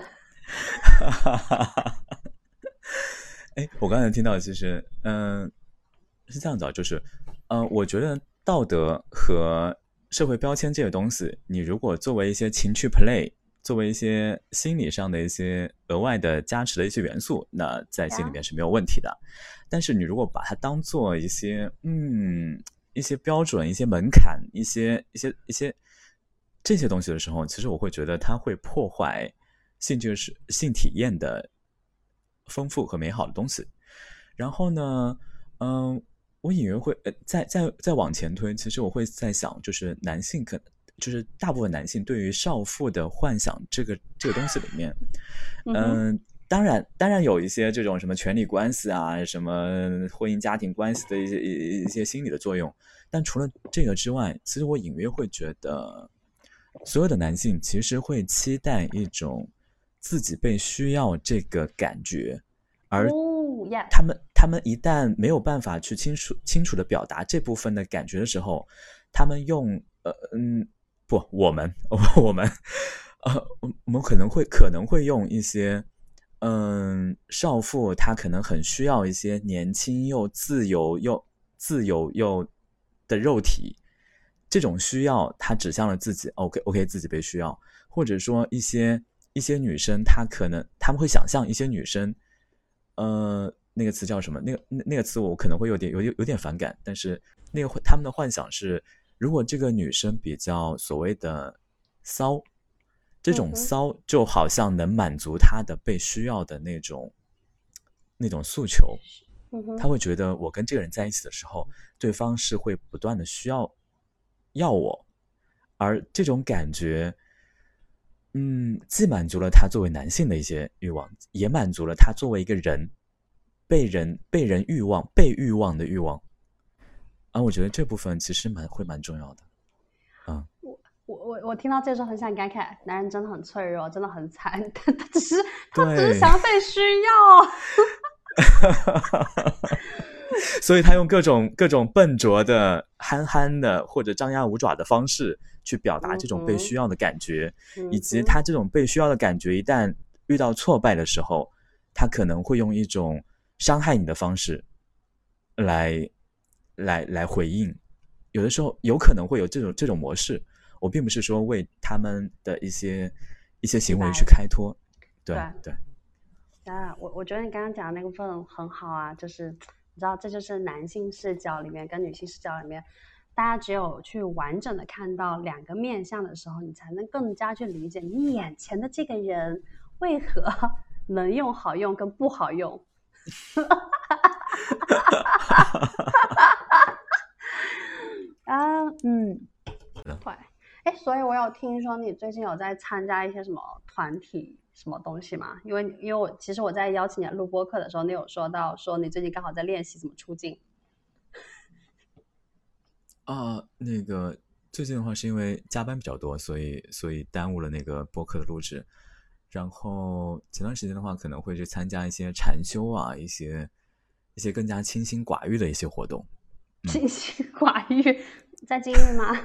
我刚才听到其实是这样子，就是我觉得道德和社会标签这个东西，你如果作为一些情趣 play， 作为一些心理上的一些额外的加持的一些元素，那在心里面是没有问题的。但是你如果把它当做一些标准、一些门槛、一些这些东西的时候，其实我会觉得它会破坏性体验的丰富和美好的东西。然后呢我以为会再往前推，其实我会在想，就是男性就是大部分男性对于少妇的幻想这个东西里面当然有一些这种什么权力关系啊，什么婚姻家庭关系的一些心理的作用，但除了这个之外，其实我隐约会觉得，所有的男性其实会期待一种自己被需要这个感觉，而他们一旦没有办法去清楚的表达这部分的感觉的时候，他们用不，我们我们可能会用一些少妇她可能很需要一些年轻又自由又的肉体，这种需要她指向了自己 OK 自己被需要，或者说一些女生她们会想象一些女生那个词叫什么？那个词我可能会有点反感，但是他们的幻想是，如果这个女生比较所谓的骚，这种骚就好像能满足她的被需要的那种诉求。他会觉得我跟这个人在一起的时候，对方是会不断的需要我，而这种感觉，既满足了他作为男性的一些欲望，也满足了他作为一个人被人欲望、被欲望的欲望。我觉得这部分其实会蛮重要的。 我听到这时候很想感慨，男人真的很脆弱，真的很惨，他只是想被需要。 所以他用各种笨拙的、憨憨的或者张牙舞爪的方式去表达这种被需要的感觉，以及他这种被需要的感觉一旦遇到挫败的时候，他可能会用一种伤害你的方式来回应。有的时候有可能会有这种模式，我并不是说为他们的一些行为去开脱。对。 我觉得你刚刚讲的那个部分很好啊，就是你知道，这就是男性视角里面跟女性视角里面，大家只有去完整的看到两个面向的时候，你才能更加去理解你眼前的这个人为何能用好用跟不好用。对，所以我有听说你最近有在参加一些什么团体什么东西吗？因为其实我在邀请你录播课的时候，你有说到说你最近刚好在练习怎么出镜。 那个最近的话是因为加班比较多，所以耽误了那个播客的录制。然后前段时间的话，可能会去参加一些禅修啊，一些更加清心寡欲的一些活动。 清心寡欲，在禁欲吗？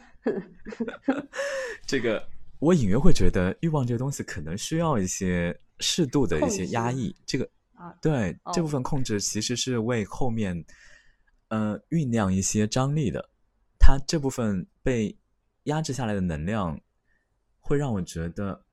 这个我隐约会觉得欲望这个东西可能需要一些适度的一些压抑，这个对，这部分控制其实是为后面酝酿一些张力的。它这部分被压制下来的能量会让我觉得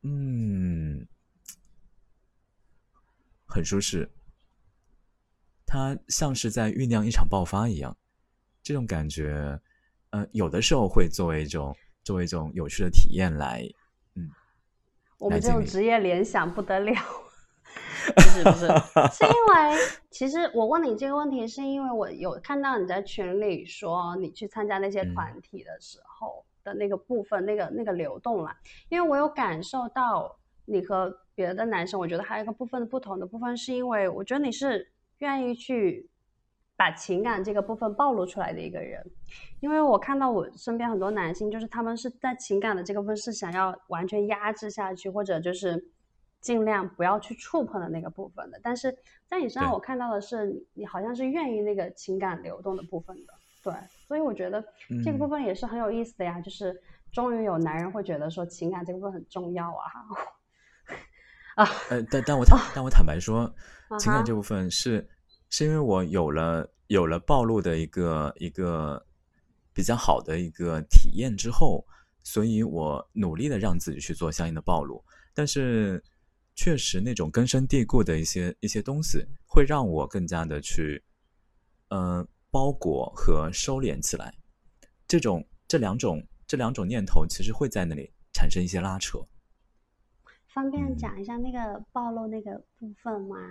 很舒适，它像是在酝酿一场爆发一样。这种感觉有的时候会作为一种有趣的体验来我们这种职业联想不得了。不是是因为其实我问你这个问题是因为我有看到你在群里说你去参加那些团体的时候的那个部分，那个流动啦，因为我有感受到你和别的男生，我觉得还有一个部分不同的部分，是因为我觉得你是愿意去把情感这个部分暴露出来的一个人。因为我看到我身边很多男性，就是他们是在情感的这个部分是想要完全压制下去，或者就是尽量不要去触碰的那个部分的，但是在你身上我看到的是你好像是愿意那个情感流动的部分的。对，所以我觉得这个部分也是很有意思的呀，就是终于有男人会觉得说情感这个部分很重要啊。 但我坦白说，情感这部分是因为我有了暴露的一个比较好的一个体验之后，所以我努力的让自己去做相应的暴露。但是确实那种根深蒂固的一些东西会让我更加的去包裹和收敛起来。这两种念头其实会在那里产生一些拉扯。 方便讲一下那个暴露那个部分吗？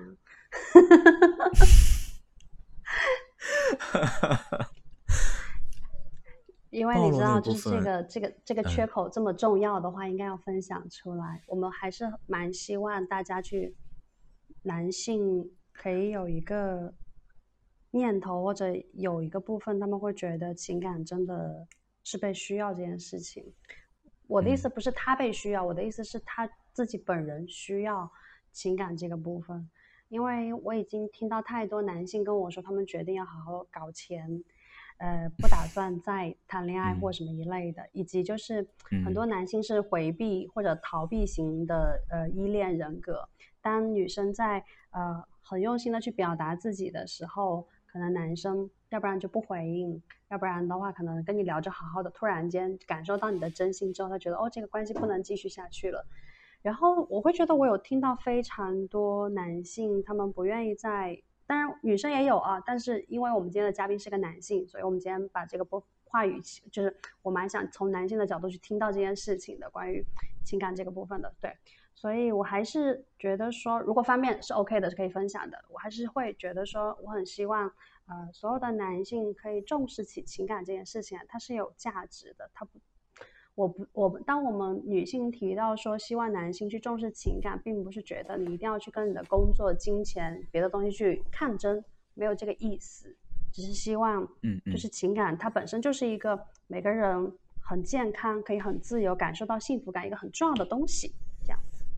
因为你知道就是这个缺口这么重要的话，应该要分享出来。我们还是蛮希望大家去男性可以有一个念头或者有一个部分，他们会觉得情感真的是被需要这件事情。我的意思不是他被需要，我的意思是他自己本人需要情感这个部分。因为我已经听到太多男性跟我说，他们决定要好好搞钱，不打算再谈恋爱或什么一类的，以及就是很多男性是回避或者逃避型的依恋人格。当女生在很用心的去表达自己的时候，可能男生要不然就不回应，要不然的话可能跟你聊着好好的，突然间感受到你的真心之后，他觉得哦这个关系不能继续下去了。然后我会觉得我有听到非常多男性他们不愿意在，当然女生也有啊，但是因为我们今天的嘉宾是个男性，所以我们今天把这个话语就是我蛮想从男性的角度去听到这件事情的，关于情感这个部分的。对，所以我还是觉得说如果方面是 OK 的是可以分享的，我还是会觉得说我很希望所有的男性可以重视起情感这件事情，它是有价值的。它不当我们女性提到说希望男性去重视情感，并不是觉得你一定要去跟你的工作、金钱、别的东西去抗争，没有这个意思，只是希望就是情感它本身就是一个每个人很健康可以很自由感受到幸福感一个很重要的东西，这样子。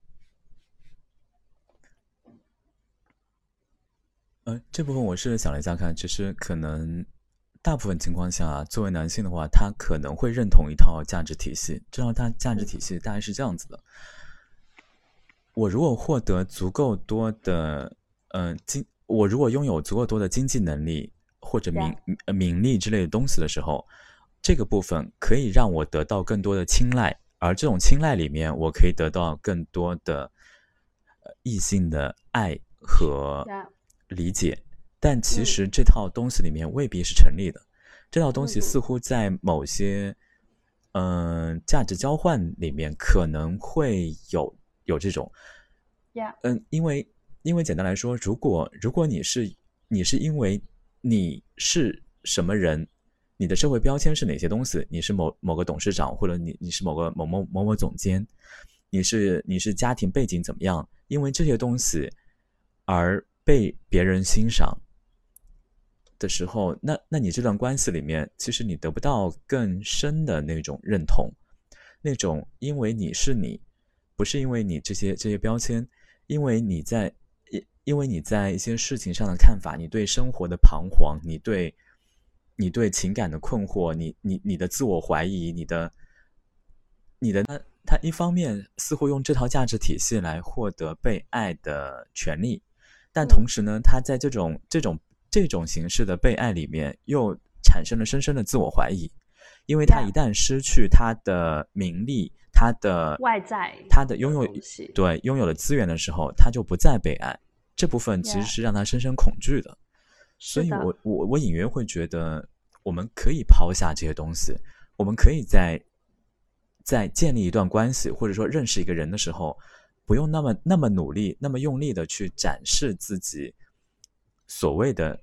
对，这部分我是想了一下看，其实可能大部分情况下，作为男性的话，他可能会认同一套价值体系。这套价值体系大概是这样子的：我如果获得足够多的我如果拥有足够多的经济能力或者名利之类的东西的时候，这个部分可以让我得到更多的青睐，而这种青睐里面，我可以得到更多的异性的爱和理解。但其实这套东西里面未必是成立的，这套东西似乎在某些价值交换里面可能会有这种因为简单来说，如果你是因为你是什么人，你的社会标签是哪些东西，你是某个董事长，或者你是某个某总监，你是家庭背景怎么样，因为这些东西而被别人欣赏的时候，那你这段关系里面，其实你得不到更深的那种认同，那种因为你是你，不是因为你这些标签，因为你在一些事情上的看法，你对生活的彷徨，你对情感的困惑，你的自我怀疑，你的他一方面似乎用这套价值体系来获得被爱的权利，但同时呢，他在这种形式的被爱里面又产生了深深的自我怀疑，因为他一旦失去他的名利，他的外在， 他的拥有了资源的时候，他就不再被爱，这部分其实是让他深深恐惧的。所以我隐约会觉得，我们可以抛下这些东西，我们可以在建立一段关系，或者说认识一个人的时候，不用那么努力，那么用力的去展示自己所谓的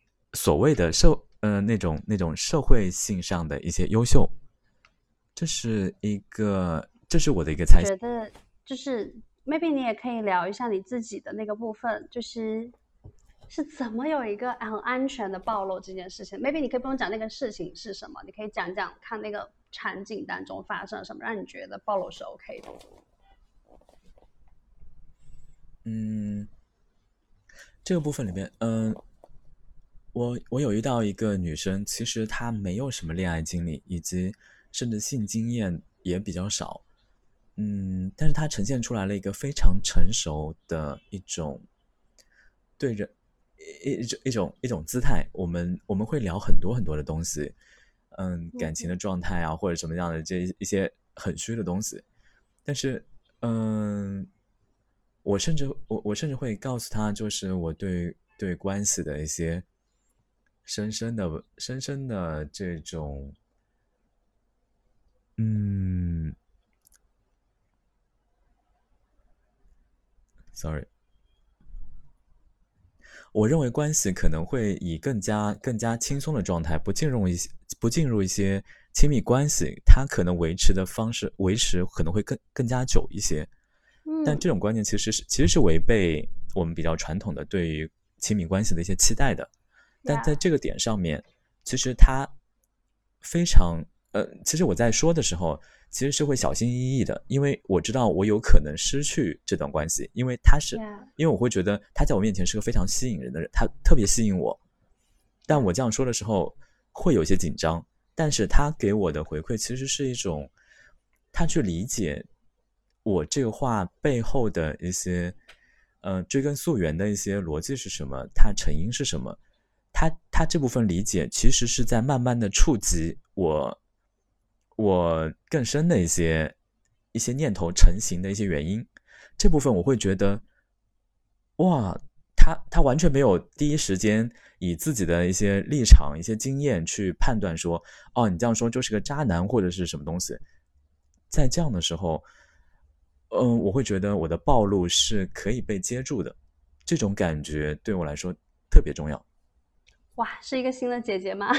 那种社会性上的一些优秀。这是我的一个猜想。 我觉得就是 maybe 你也可以聊一下你自己的那个部分，就是怎么有一个很安全的暴露这件事情。 maybe 你可以不用讲那个事情是什么，你可以讲看那个场景当中发生了什么让你觉得暴露是 OK 的。 这个部分里面我有遇到一个女生，其实她没有什么恋爱经历，以及甚至性经验也比较少，但是她呈现出来了一个非常成熟的一种对人一种姿态。我们会聊很多很多的东西，感情的状态啊，或者什么样的这一些很虚的东西，但是我甚至会告诉她，就是我对关系的一些深深的这种sorry， 我认为关系可能会以更加轻松的状态，不进入一些亲密关系，它可能维持可能会更加久一些。 但这种观念其实是违背我们比较传统的对于亲密关系的一些期待的。但在这个点上面，其实它非常其实我在说的时候其实是会小心翼翼的，因为我知道我有可能失去这段关系，因为因为我会觉得他在我面前是个非常吸引人的人，他特别吸引我，但我这样说的时候会有些紧张，但是他给我的回馈其实是一种他去理解我这个话背后的一些追根溯源的一些逻辑是什么，它成因是什么，他这部分理解其实是在慢慢的触及我更深的一些念头成型的一些原因。这部分我会觉得哇，他完全没有第一时间以自己的一些立场一些经验去判断说，哦，你这样说就是个渣男或者是什么东西。在这样的时候我会觉得我的暴露是可以被接住的，这种感觉对我来说特别重要。 哇，是一个新的姐姐吗？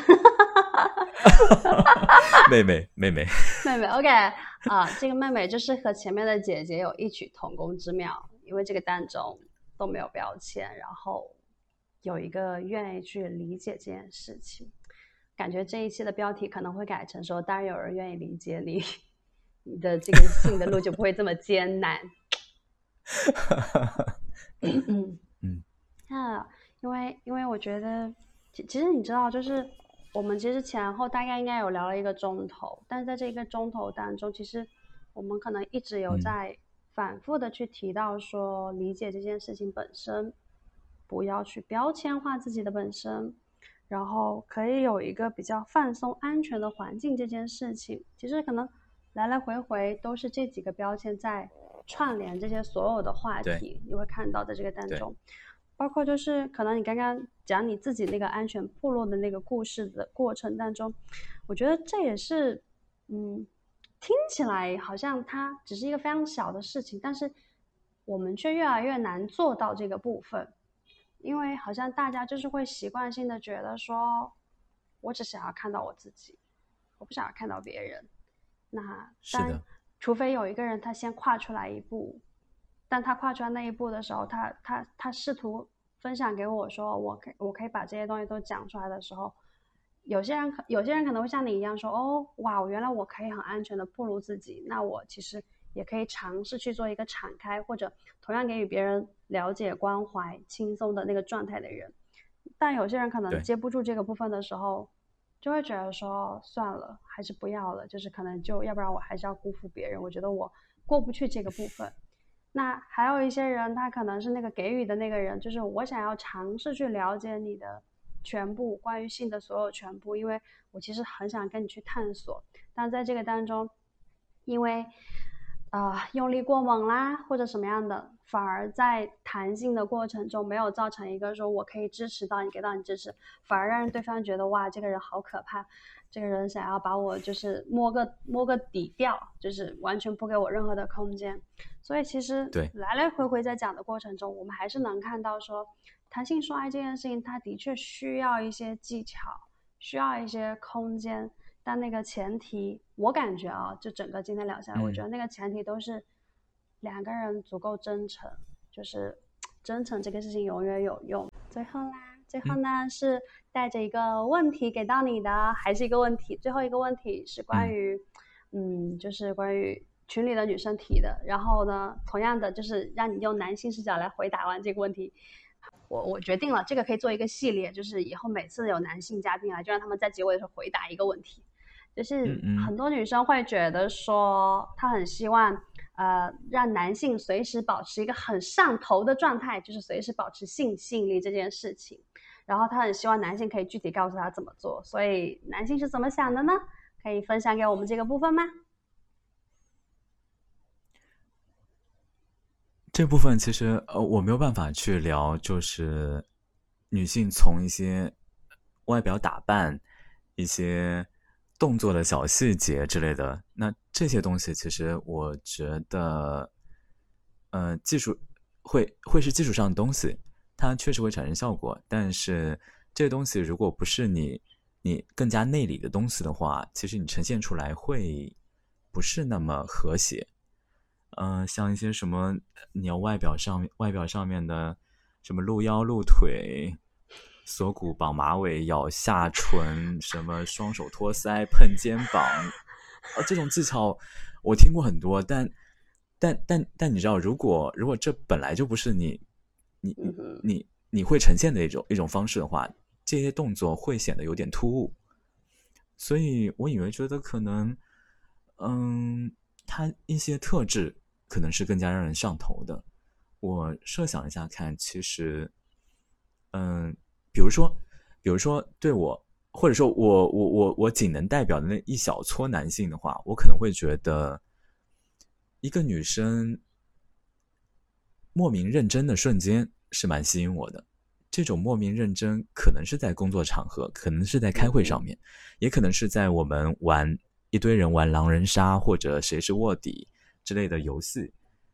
妹妹 OK 这个妹妹就是和前面的姐姐有异曲同工之妙，因为这个当中都没有标签，然后有一个愿意去理解这件事情。感觉这一期的标题可能会改成说，当然有人愿意理解你，你的这个性的路就不会这么艰难。因为我觉得其实你知道，就是我们其实前后大概应该有聊了1个钟头，但是在这1个钟头当中，其实我们可能一直有在反复的去提到说，理解这件事情本身，不要去标签化自己的本身，然后可以有一个比较放松安全的环境，这件事情其实可能来来回回都是这几个标签在串联这些所有的话题，你会看到在这个当中，包括就是可能你刚刚讲你自己那个安全暴露的那个故事的过程当中，我觉得这也是听起来好像它只是一个非常小的事情，但是我们却越来越难做到这个部分，因为好像大家就是会习惯性的觉得说，我只想要看到我自己，我不想要看到别人。那除非有一个人他先跨出来一步，但他跨出来那一步的时候，他试图分享给我说，我可以把这些东西都讲出来的时候，有些人可能会像你一样说，哦，哇，原来我可以很安全的暴露自己，那我其实也可以尝试去做一个敞开，或者同样给予别人了解、关怀、轻松的那个状态的人。但有些人可能接不住这个部分的时候，就会觉得说算了，还是不要了，就是可能要不然我还是要辜负别人，我觉得我过不去这个部分。那还有一些人，他可能是那个给予的那个人，就是我想要尝试去了解你的全部，关于性的所有全部，因为我其实很想跟你去探索，但在这个当中，因为用力过猛啦，或者什么样的，反而在谈性的过程中没有造成一个说我可以支持到你，给到你支持，反而让对方觉得哇，这个人好可怕，这个人想要把我就是摸个底掉，就是完全不给我任何的空间。所以其实来来回回在讲的过程中，我们还是能看到说，谈性说爱这件事情，它的确需要一些技巧，需要一些空间。但那个前提，我感觉就整个今天聊下来，我觉得那个前提都是2个人足够真诚，就是真诚这个事情永远有用。最后呢是带着一个问题给到你的，还是一个问题，最后一个问题是关于就是关于群里的女生提的，然后呢同样的就是让你用男性视角来回答完这个问题。我决定了，这个可以做一个系列，就是以后每次有男性嘉宾来，就让他们在结尾的时候回答一个问题。就是很多女生会觉得说，她很希望让男性随时保持一个很上头的状态，就是随时保持性吸引力这件事情。然后她很希望男性可以具体告诉她怎么做，所以男性是怎么想的呢？可以分享给我们这个部分吗？ 这部分其实我没有办法去聊，就是女性从一些外表打扮、一些动作的小细节之类的，那这些东西其实我觉得技术会是基础上的东西，它确实会产生效果，但是这个东西如果不是你更加内里的东西的话，其实你呈现出来会不是那么和谐。 像一些什么你要外表上面的什么露腰露腿、锁骨绑马尾、咬下唇、什么双手托腮、碰肩膀，这种技巧我听过很多，但你知道，如果这本来就不是你会呈现的一种方式的话，这些动作会显得有点突兀，所以我以为觉得可能，它一些特质可能是更加让人上头的。我设想一下看，其实，比如说对我，或者说我仅能代表的那一小撮男性的话，我可能会觉得，一个女生莫名认真的瞬间是蛮吸引我的。这种莫名认真可能是在工作场合，可能是在开会上面，也可能是在我们一堆人玩狼人杀或者谁是卧底之类的游戏。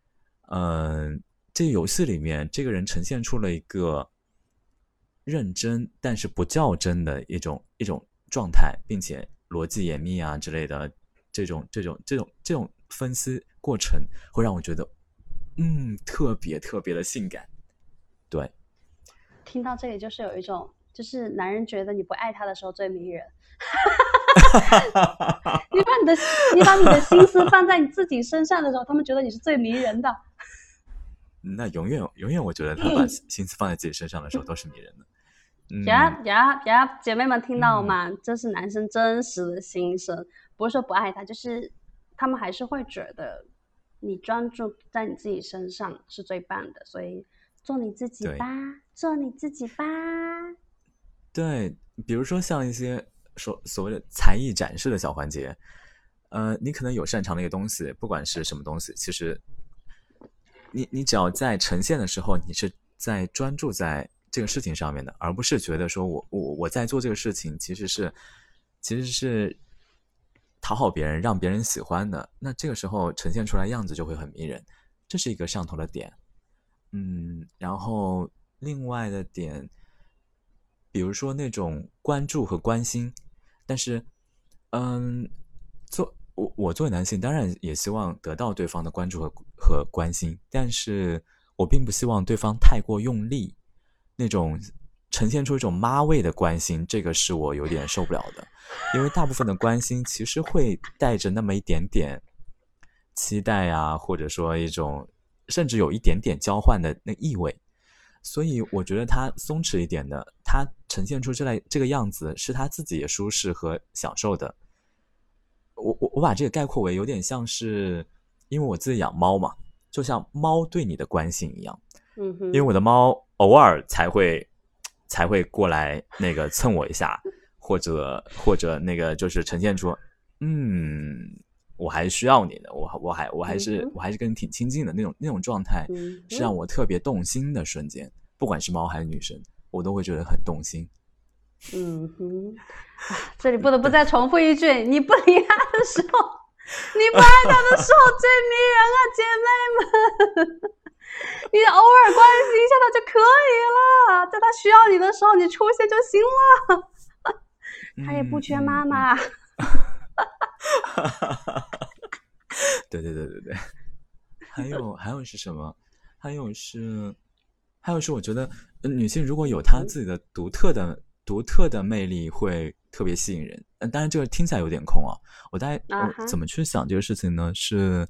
这个游戏里面这个人呈现出了一个认真但是不较真的一种状态，并且逻辑严密啊之类的这种分析过程会让我觉得特别特别的性感。对， 听到这里就是有一种，就是男人觉得你不爱他的时候最迷人。你把你的心思放在你自己身上的时候，他们觉得你是最迷人的。 那永远我觉得他把心思放在自己身上的时候都是迷人的。 姐妹们听到吗？这是男生真实的心声，不是说不爱他，就是他们还是会觉得你专注在你自己身上是最棒的，所以做你自己吧，做你自己吧。 对，比如说像一些所谓的才艺展示的小环节，你可能有擅长的一个东西，不管是什么东西，其实你只要在呈现的时候，你是在专注在这个事情上面的，而不是觉得说我在做这个事情其实是讨好别人，让别人喜欢的，那这个时候呈现出来样子就会很迷人，这是一个上头的点。然后另外的点，比如说那种关注和关心，但是我作为男性当然也希望得到对方的关注和关心，但是我并不希望对方太过用力，那种呈现出一种妈味的关心，这个是我有点受不了的。因为大部分的关心其实会带着那么一点点期待啊，或者说一种甚至有一点点交换的那意味，所以我觉得他松弛一点的，他呈现出这个样子是他自己也舒适和享受的。我把这个概括为有点像是，因为我自己养猫嘛，就像猫对你的关心一样。因为我的猫偶尔才会过来那个蹭我一下，或者那个就是呈现出我还需要你的，我还是跟你挺亲近的那种状态，是让我特别动心的瞬间。不管是猫还是女生，我都会觉得很动心。 这里不得不再重复一句，你不理他的时候，你不爱他的时候最迷人啊，姐妹们。你偶尔关心一下他就可以了，在他需要你的时候你出现就行了。他也不缺妈妈。 对，还有是什么？还有是我觉得女性如果有她自己的独特的魅力会特别吸引人。当然这个听起来有点空啊，我怎么去想这个事情呢？是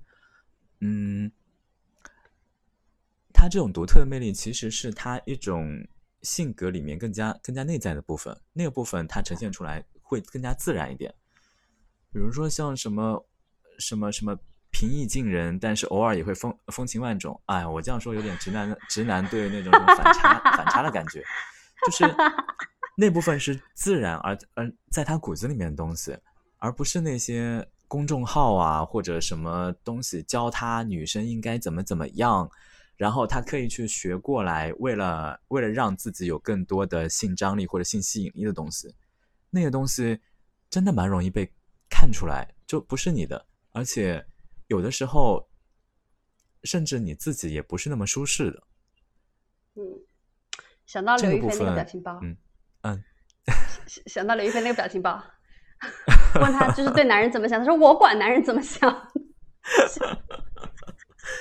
她这种独特的魅力其实是她一种性格里面更加内在的部分，那个部分她呈现出来会更加自然一点。比如说像什么平易近人，但是偶尔也会风情万种。哎，我这样说有点直男对那种反差的感觉，就是那部分是自然而在他骨子里面的东西，而不是那些公众号啊或者什么东西教他女生应该怎么样，然后他刻意去学过来，为了让自己有更多的性张力或者性吸引力的东西，那个东西真的蛮容易被看出来，就不是你的，而且有的时候甚至你自己也不是那么舒适的。 想到刘亦菲那个表情包，想到刘亦菲那个表情包，问他就是对男人怎么想，他说我管男人怎么想。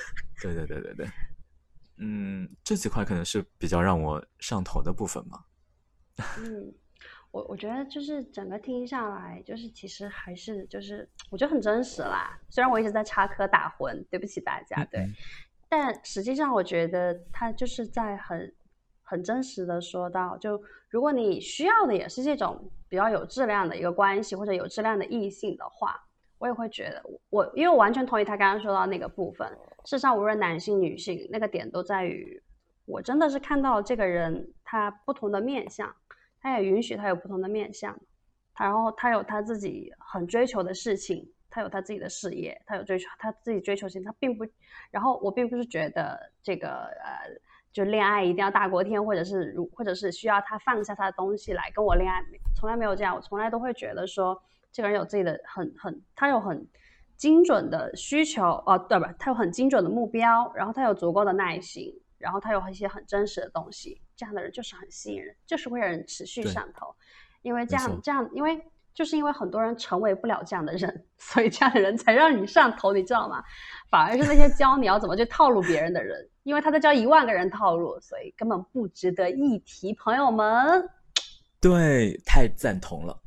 对对对对对，这几块可能是比较让我上头的部分嘛。 嗯，我觉得就是整个听下来，就是其实还是就是我觉得很真实啦。虽然我一直在插科打诨，对不起大家，对， 嗯嗯但实际上我觉得他就是在很真实的说到，就如果你需要的也是这种比较有质量的一个关系，或者有质量的异性的话，我也会觉得因为我完全同意他刚刚说到那个部分。事实上，无论男性女性，那个点都在于我真的是看到这个人他不同的面相。他也允许他有不同的面相，然后他有他自己很追求的事情，他有他自己的事业，他有追求他自己追求性，他并不，然后我并不是觉得这个就恋爱一定要大过天，或者是需要他放下他的东西来跟我恋爱，从来没有这样，我从来都会觉得说这个人有自己的他有很精准的需求对吧？他有很精准的目标，然后他有足够的耐心，然后他有一些很真实的东西，这样的人就是很吸引人，就是会让人持续对， 上头。因为没错。 因为很多人成为不了这样的人，所以这样的人才让你上头，你知道吗？反而是那些教你要怎么去套路别人的人，因为他在教10000个人套路，所以根本不值得一提，朋友们。 对，太赞同了。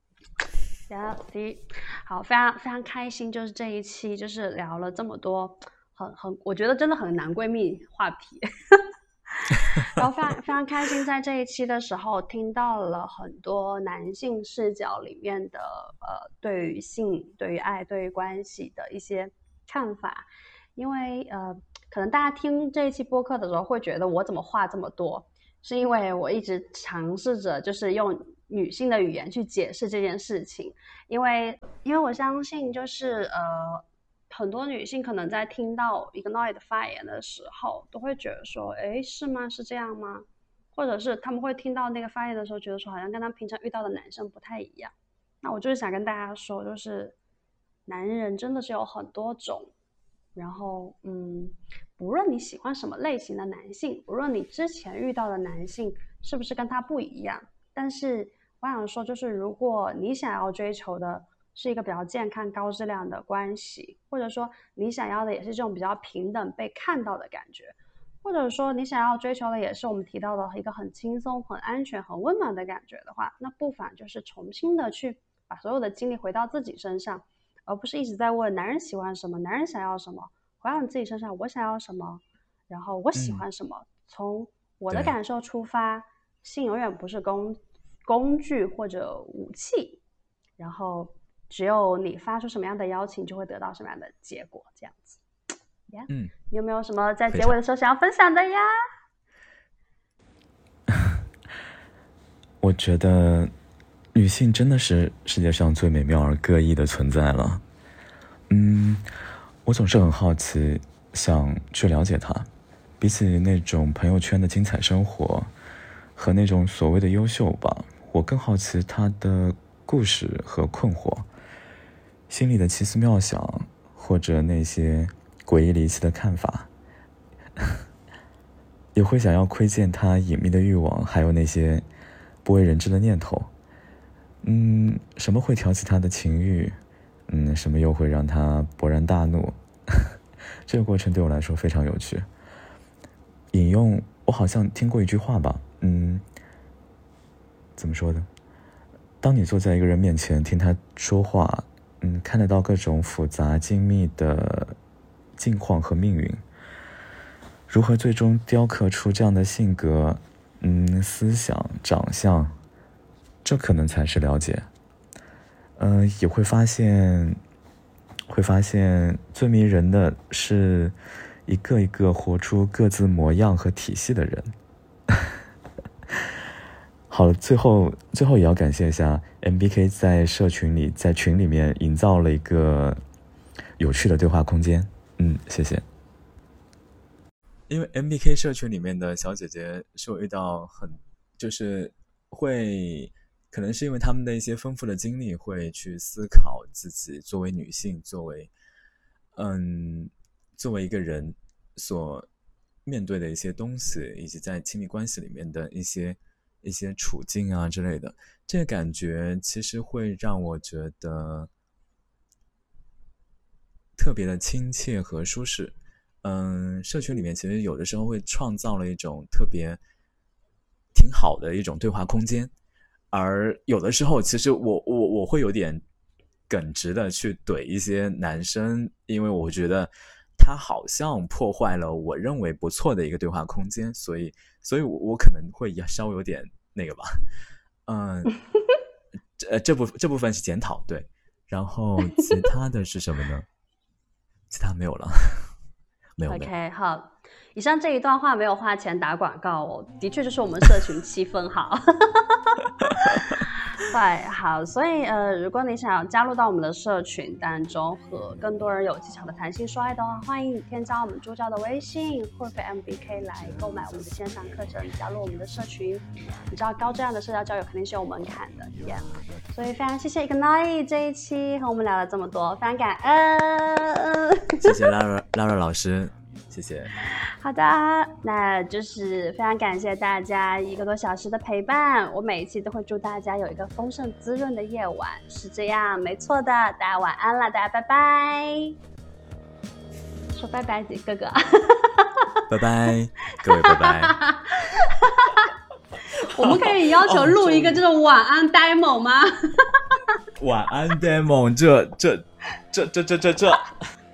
好，非常非常开心，就是这一期就是聊了这么多我觉得真的很男闺蜜话题。然后非常非常开心，在这一期的时候听到了很多男性视角里面的对于性、对于爱、对于关系的一些看法。因为可能大家听这一期播客的时候会觉得我怎么话这么多，是因为我一直尝试着就是用女性的语言去解释这件事情。因为我相信就是很多女性可能在听到一个 Noi 的发言的时候，都会觉得说，诶，是吗？是这样吗？或者是他们会听到那个发言的时候，觉得说好像跟他们平常遇到的男生不太一样。那我就是想跟大家说，就是男人真的是有很多种，然后不论你喜欢什么类型的男性，不论你之前遇到的男性是不是跟他不一样，但是我想说，就是如果你想要追求的是一个比较健康、高质量的关系，或者说你想要的也是这种比较平等、被看到的感觉，或者说你想要追求的也是我们提到的一个很轻松、很安全、很温暖的感觉的话，那不妨就是重新的去把所有的精力回到自己身上，而不是一直在问男人喜欢什么，男人想要什么，回到你自己身上，我想要什么，然后我喜欢什么，从我的对， 感受出发，性永远不是工具或者武器，然后只有你发出什么样的邀请，就会得到什么样的结果，这样子。Yeah. 你有没有什么在结尾的时候想要分享的呀？ 我觉得女性真的是世界上最美妙而各异的存在了。我总是很好奇，想去了解她。比起那种朋友圈的精彩生活和那种所谓的优秀吧，我更好奇她的故事和困惑，心里的奇思妙想，或者那些诡异离奇的看法。也会想要窥见她隐秘的欲望，还有那些不为人知的念头。什么会挑起她的情欲？什么又会让她勃然大怒？这个过程对我来说非常有趣。引用我好像听过一句话吧，怎么说的？当你坐在一个人面前听他说话，看得到各种复杂精密的境况和命运，如何最终雕刻出这样的性格，思想、长相，这可能才是了解。也会发现最迷人的是一个一个活出各自模样和体系的人。好了，最后也要感谢一下 MBK 在社群里，在群里面营造了一个有趣的对话空间。谢谢。因为 MBK 社群里面的小姐姐是我遇到就是会，可能是因为她们的一些丰富的经历，会去思考自己作为女性，作为一个人所面对的一些东西，以及在亲密关系里面的一些处境啊之类的，这个感觉其实会让我觉得特别的亲切和舒适。 社群里面其实有的时候会创造了一种特别挺好的一种对话空间，而有的时候其实我会有点耿直的去怼一些男生，因为我觉得他好像破坏了我认为不错的一个对话空间，所以我可能会稍微有点那个吧。这部分是检讨，对，然后其他的是什么呢？其他没有了。没有 OK， 好，以上这一段话没有花钱打广告哦，的确就是我们社群气氛好。对，好，所以如果你想要加入到我们的社群当中，和更多人有技巧的谈性说爱的话，欢迎添加我们助教的微信，付费 MBK 来购买我们的线上课程，加入我们的社群。你知道高质量的社交交友肯定是有门槛的 ，yeah。所以非常谢谢 Ignite 这一期和我们聊了这么多，非常感恩。 谢谢 Lara 老师，谢谢。 好的，那就是非常感谢大家1个多小时的陪伴。我每一期都会祝大家有一个丰盛滋润的夜晚，是这样，没错的。大家晚安了，大家拜拜。说拜拜，哥哥。 拜拜，各位拜拜。 我们可以要求录一个这种晚安 demo 吗？ 晚安 demo，这。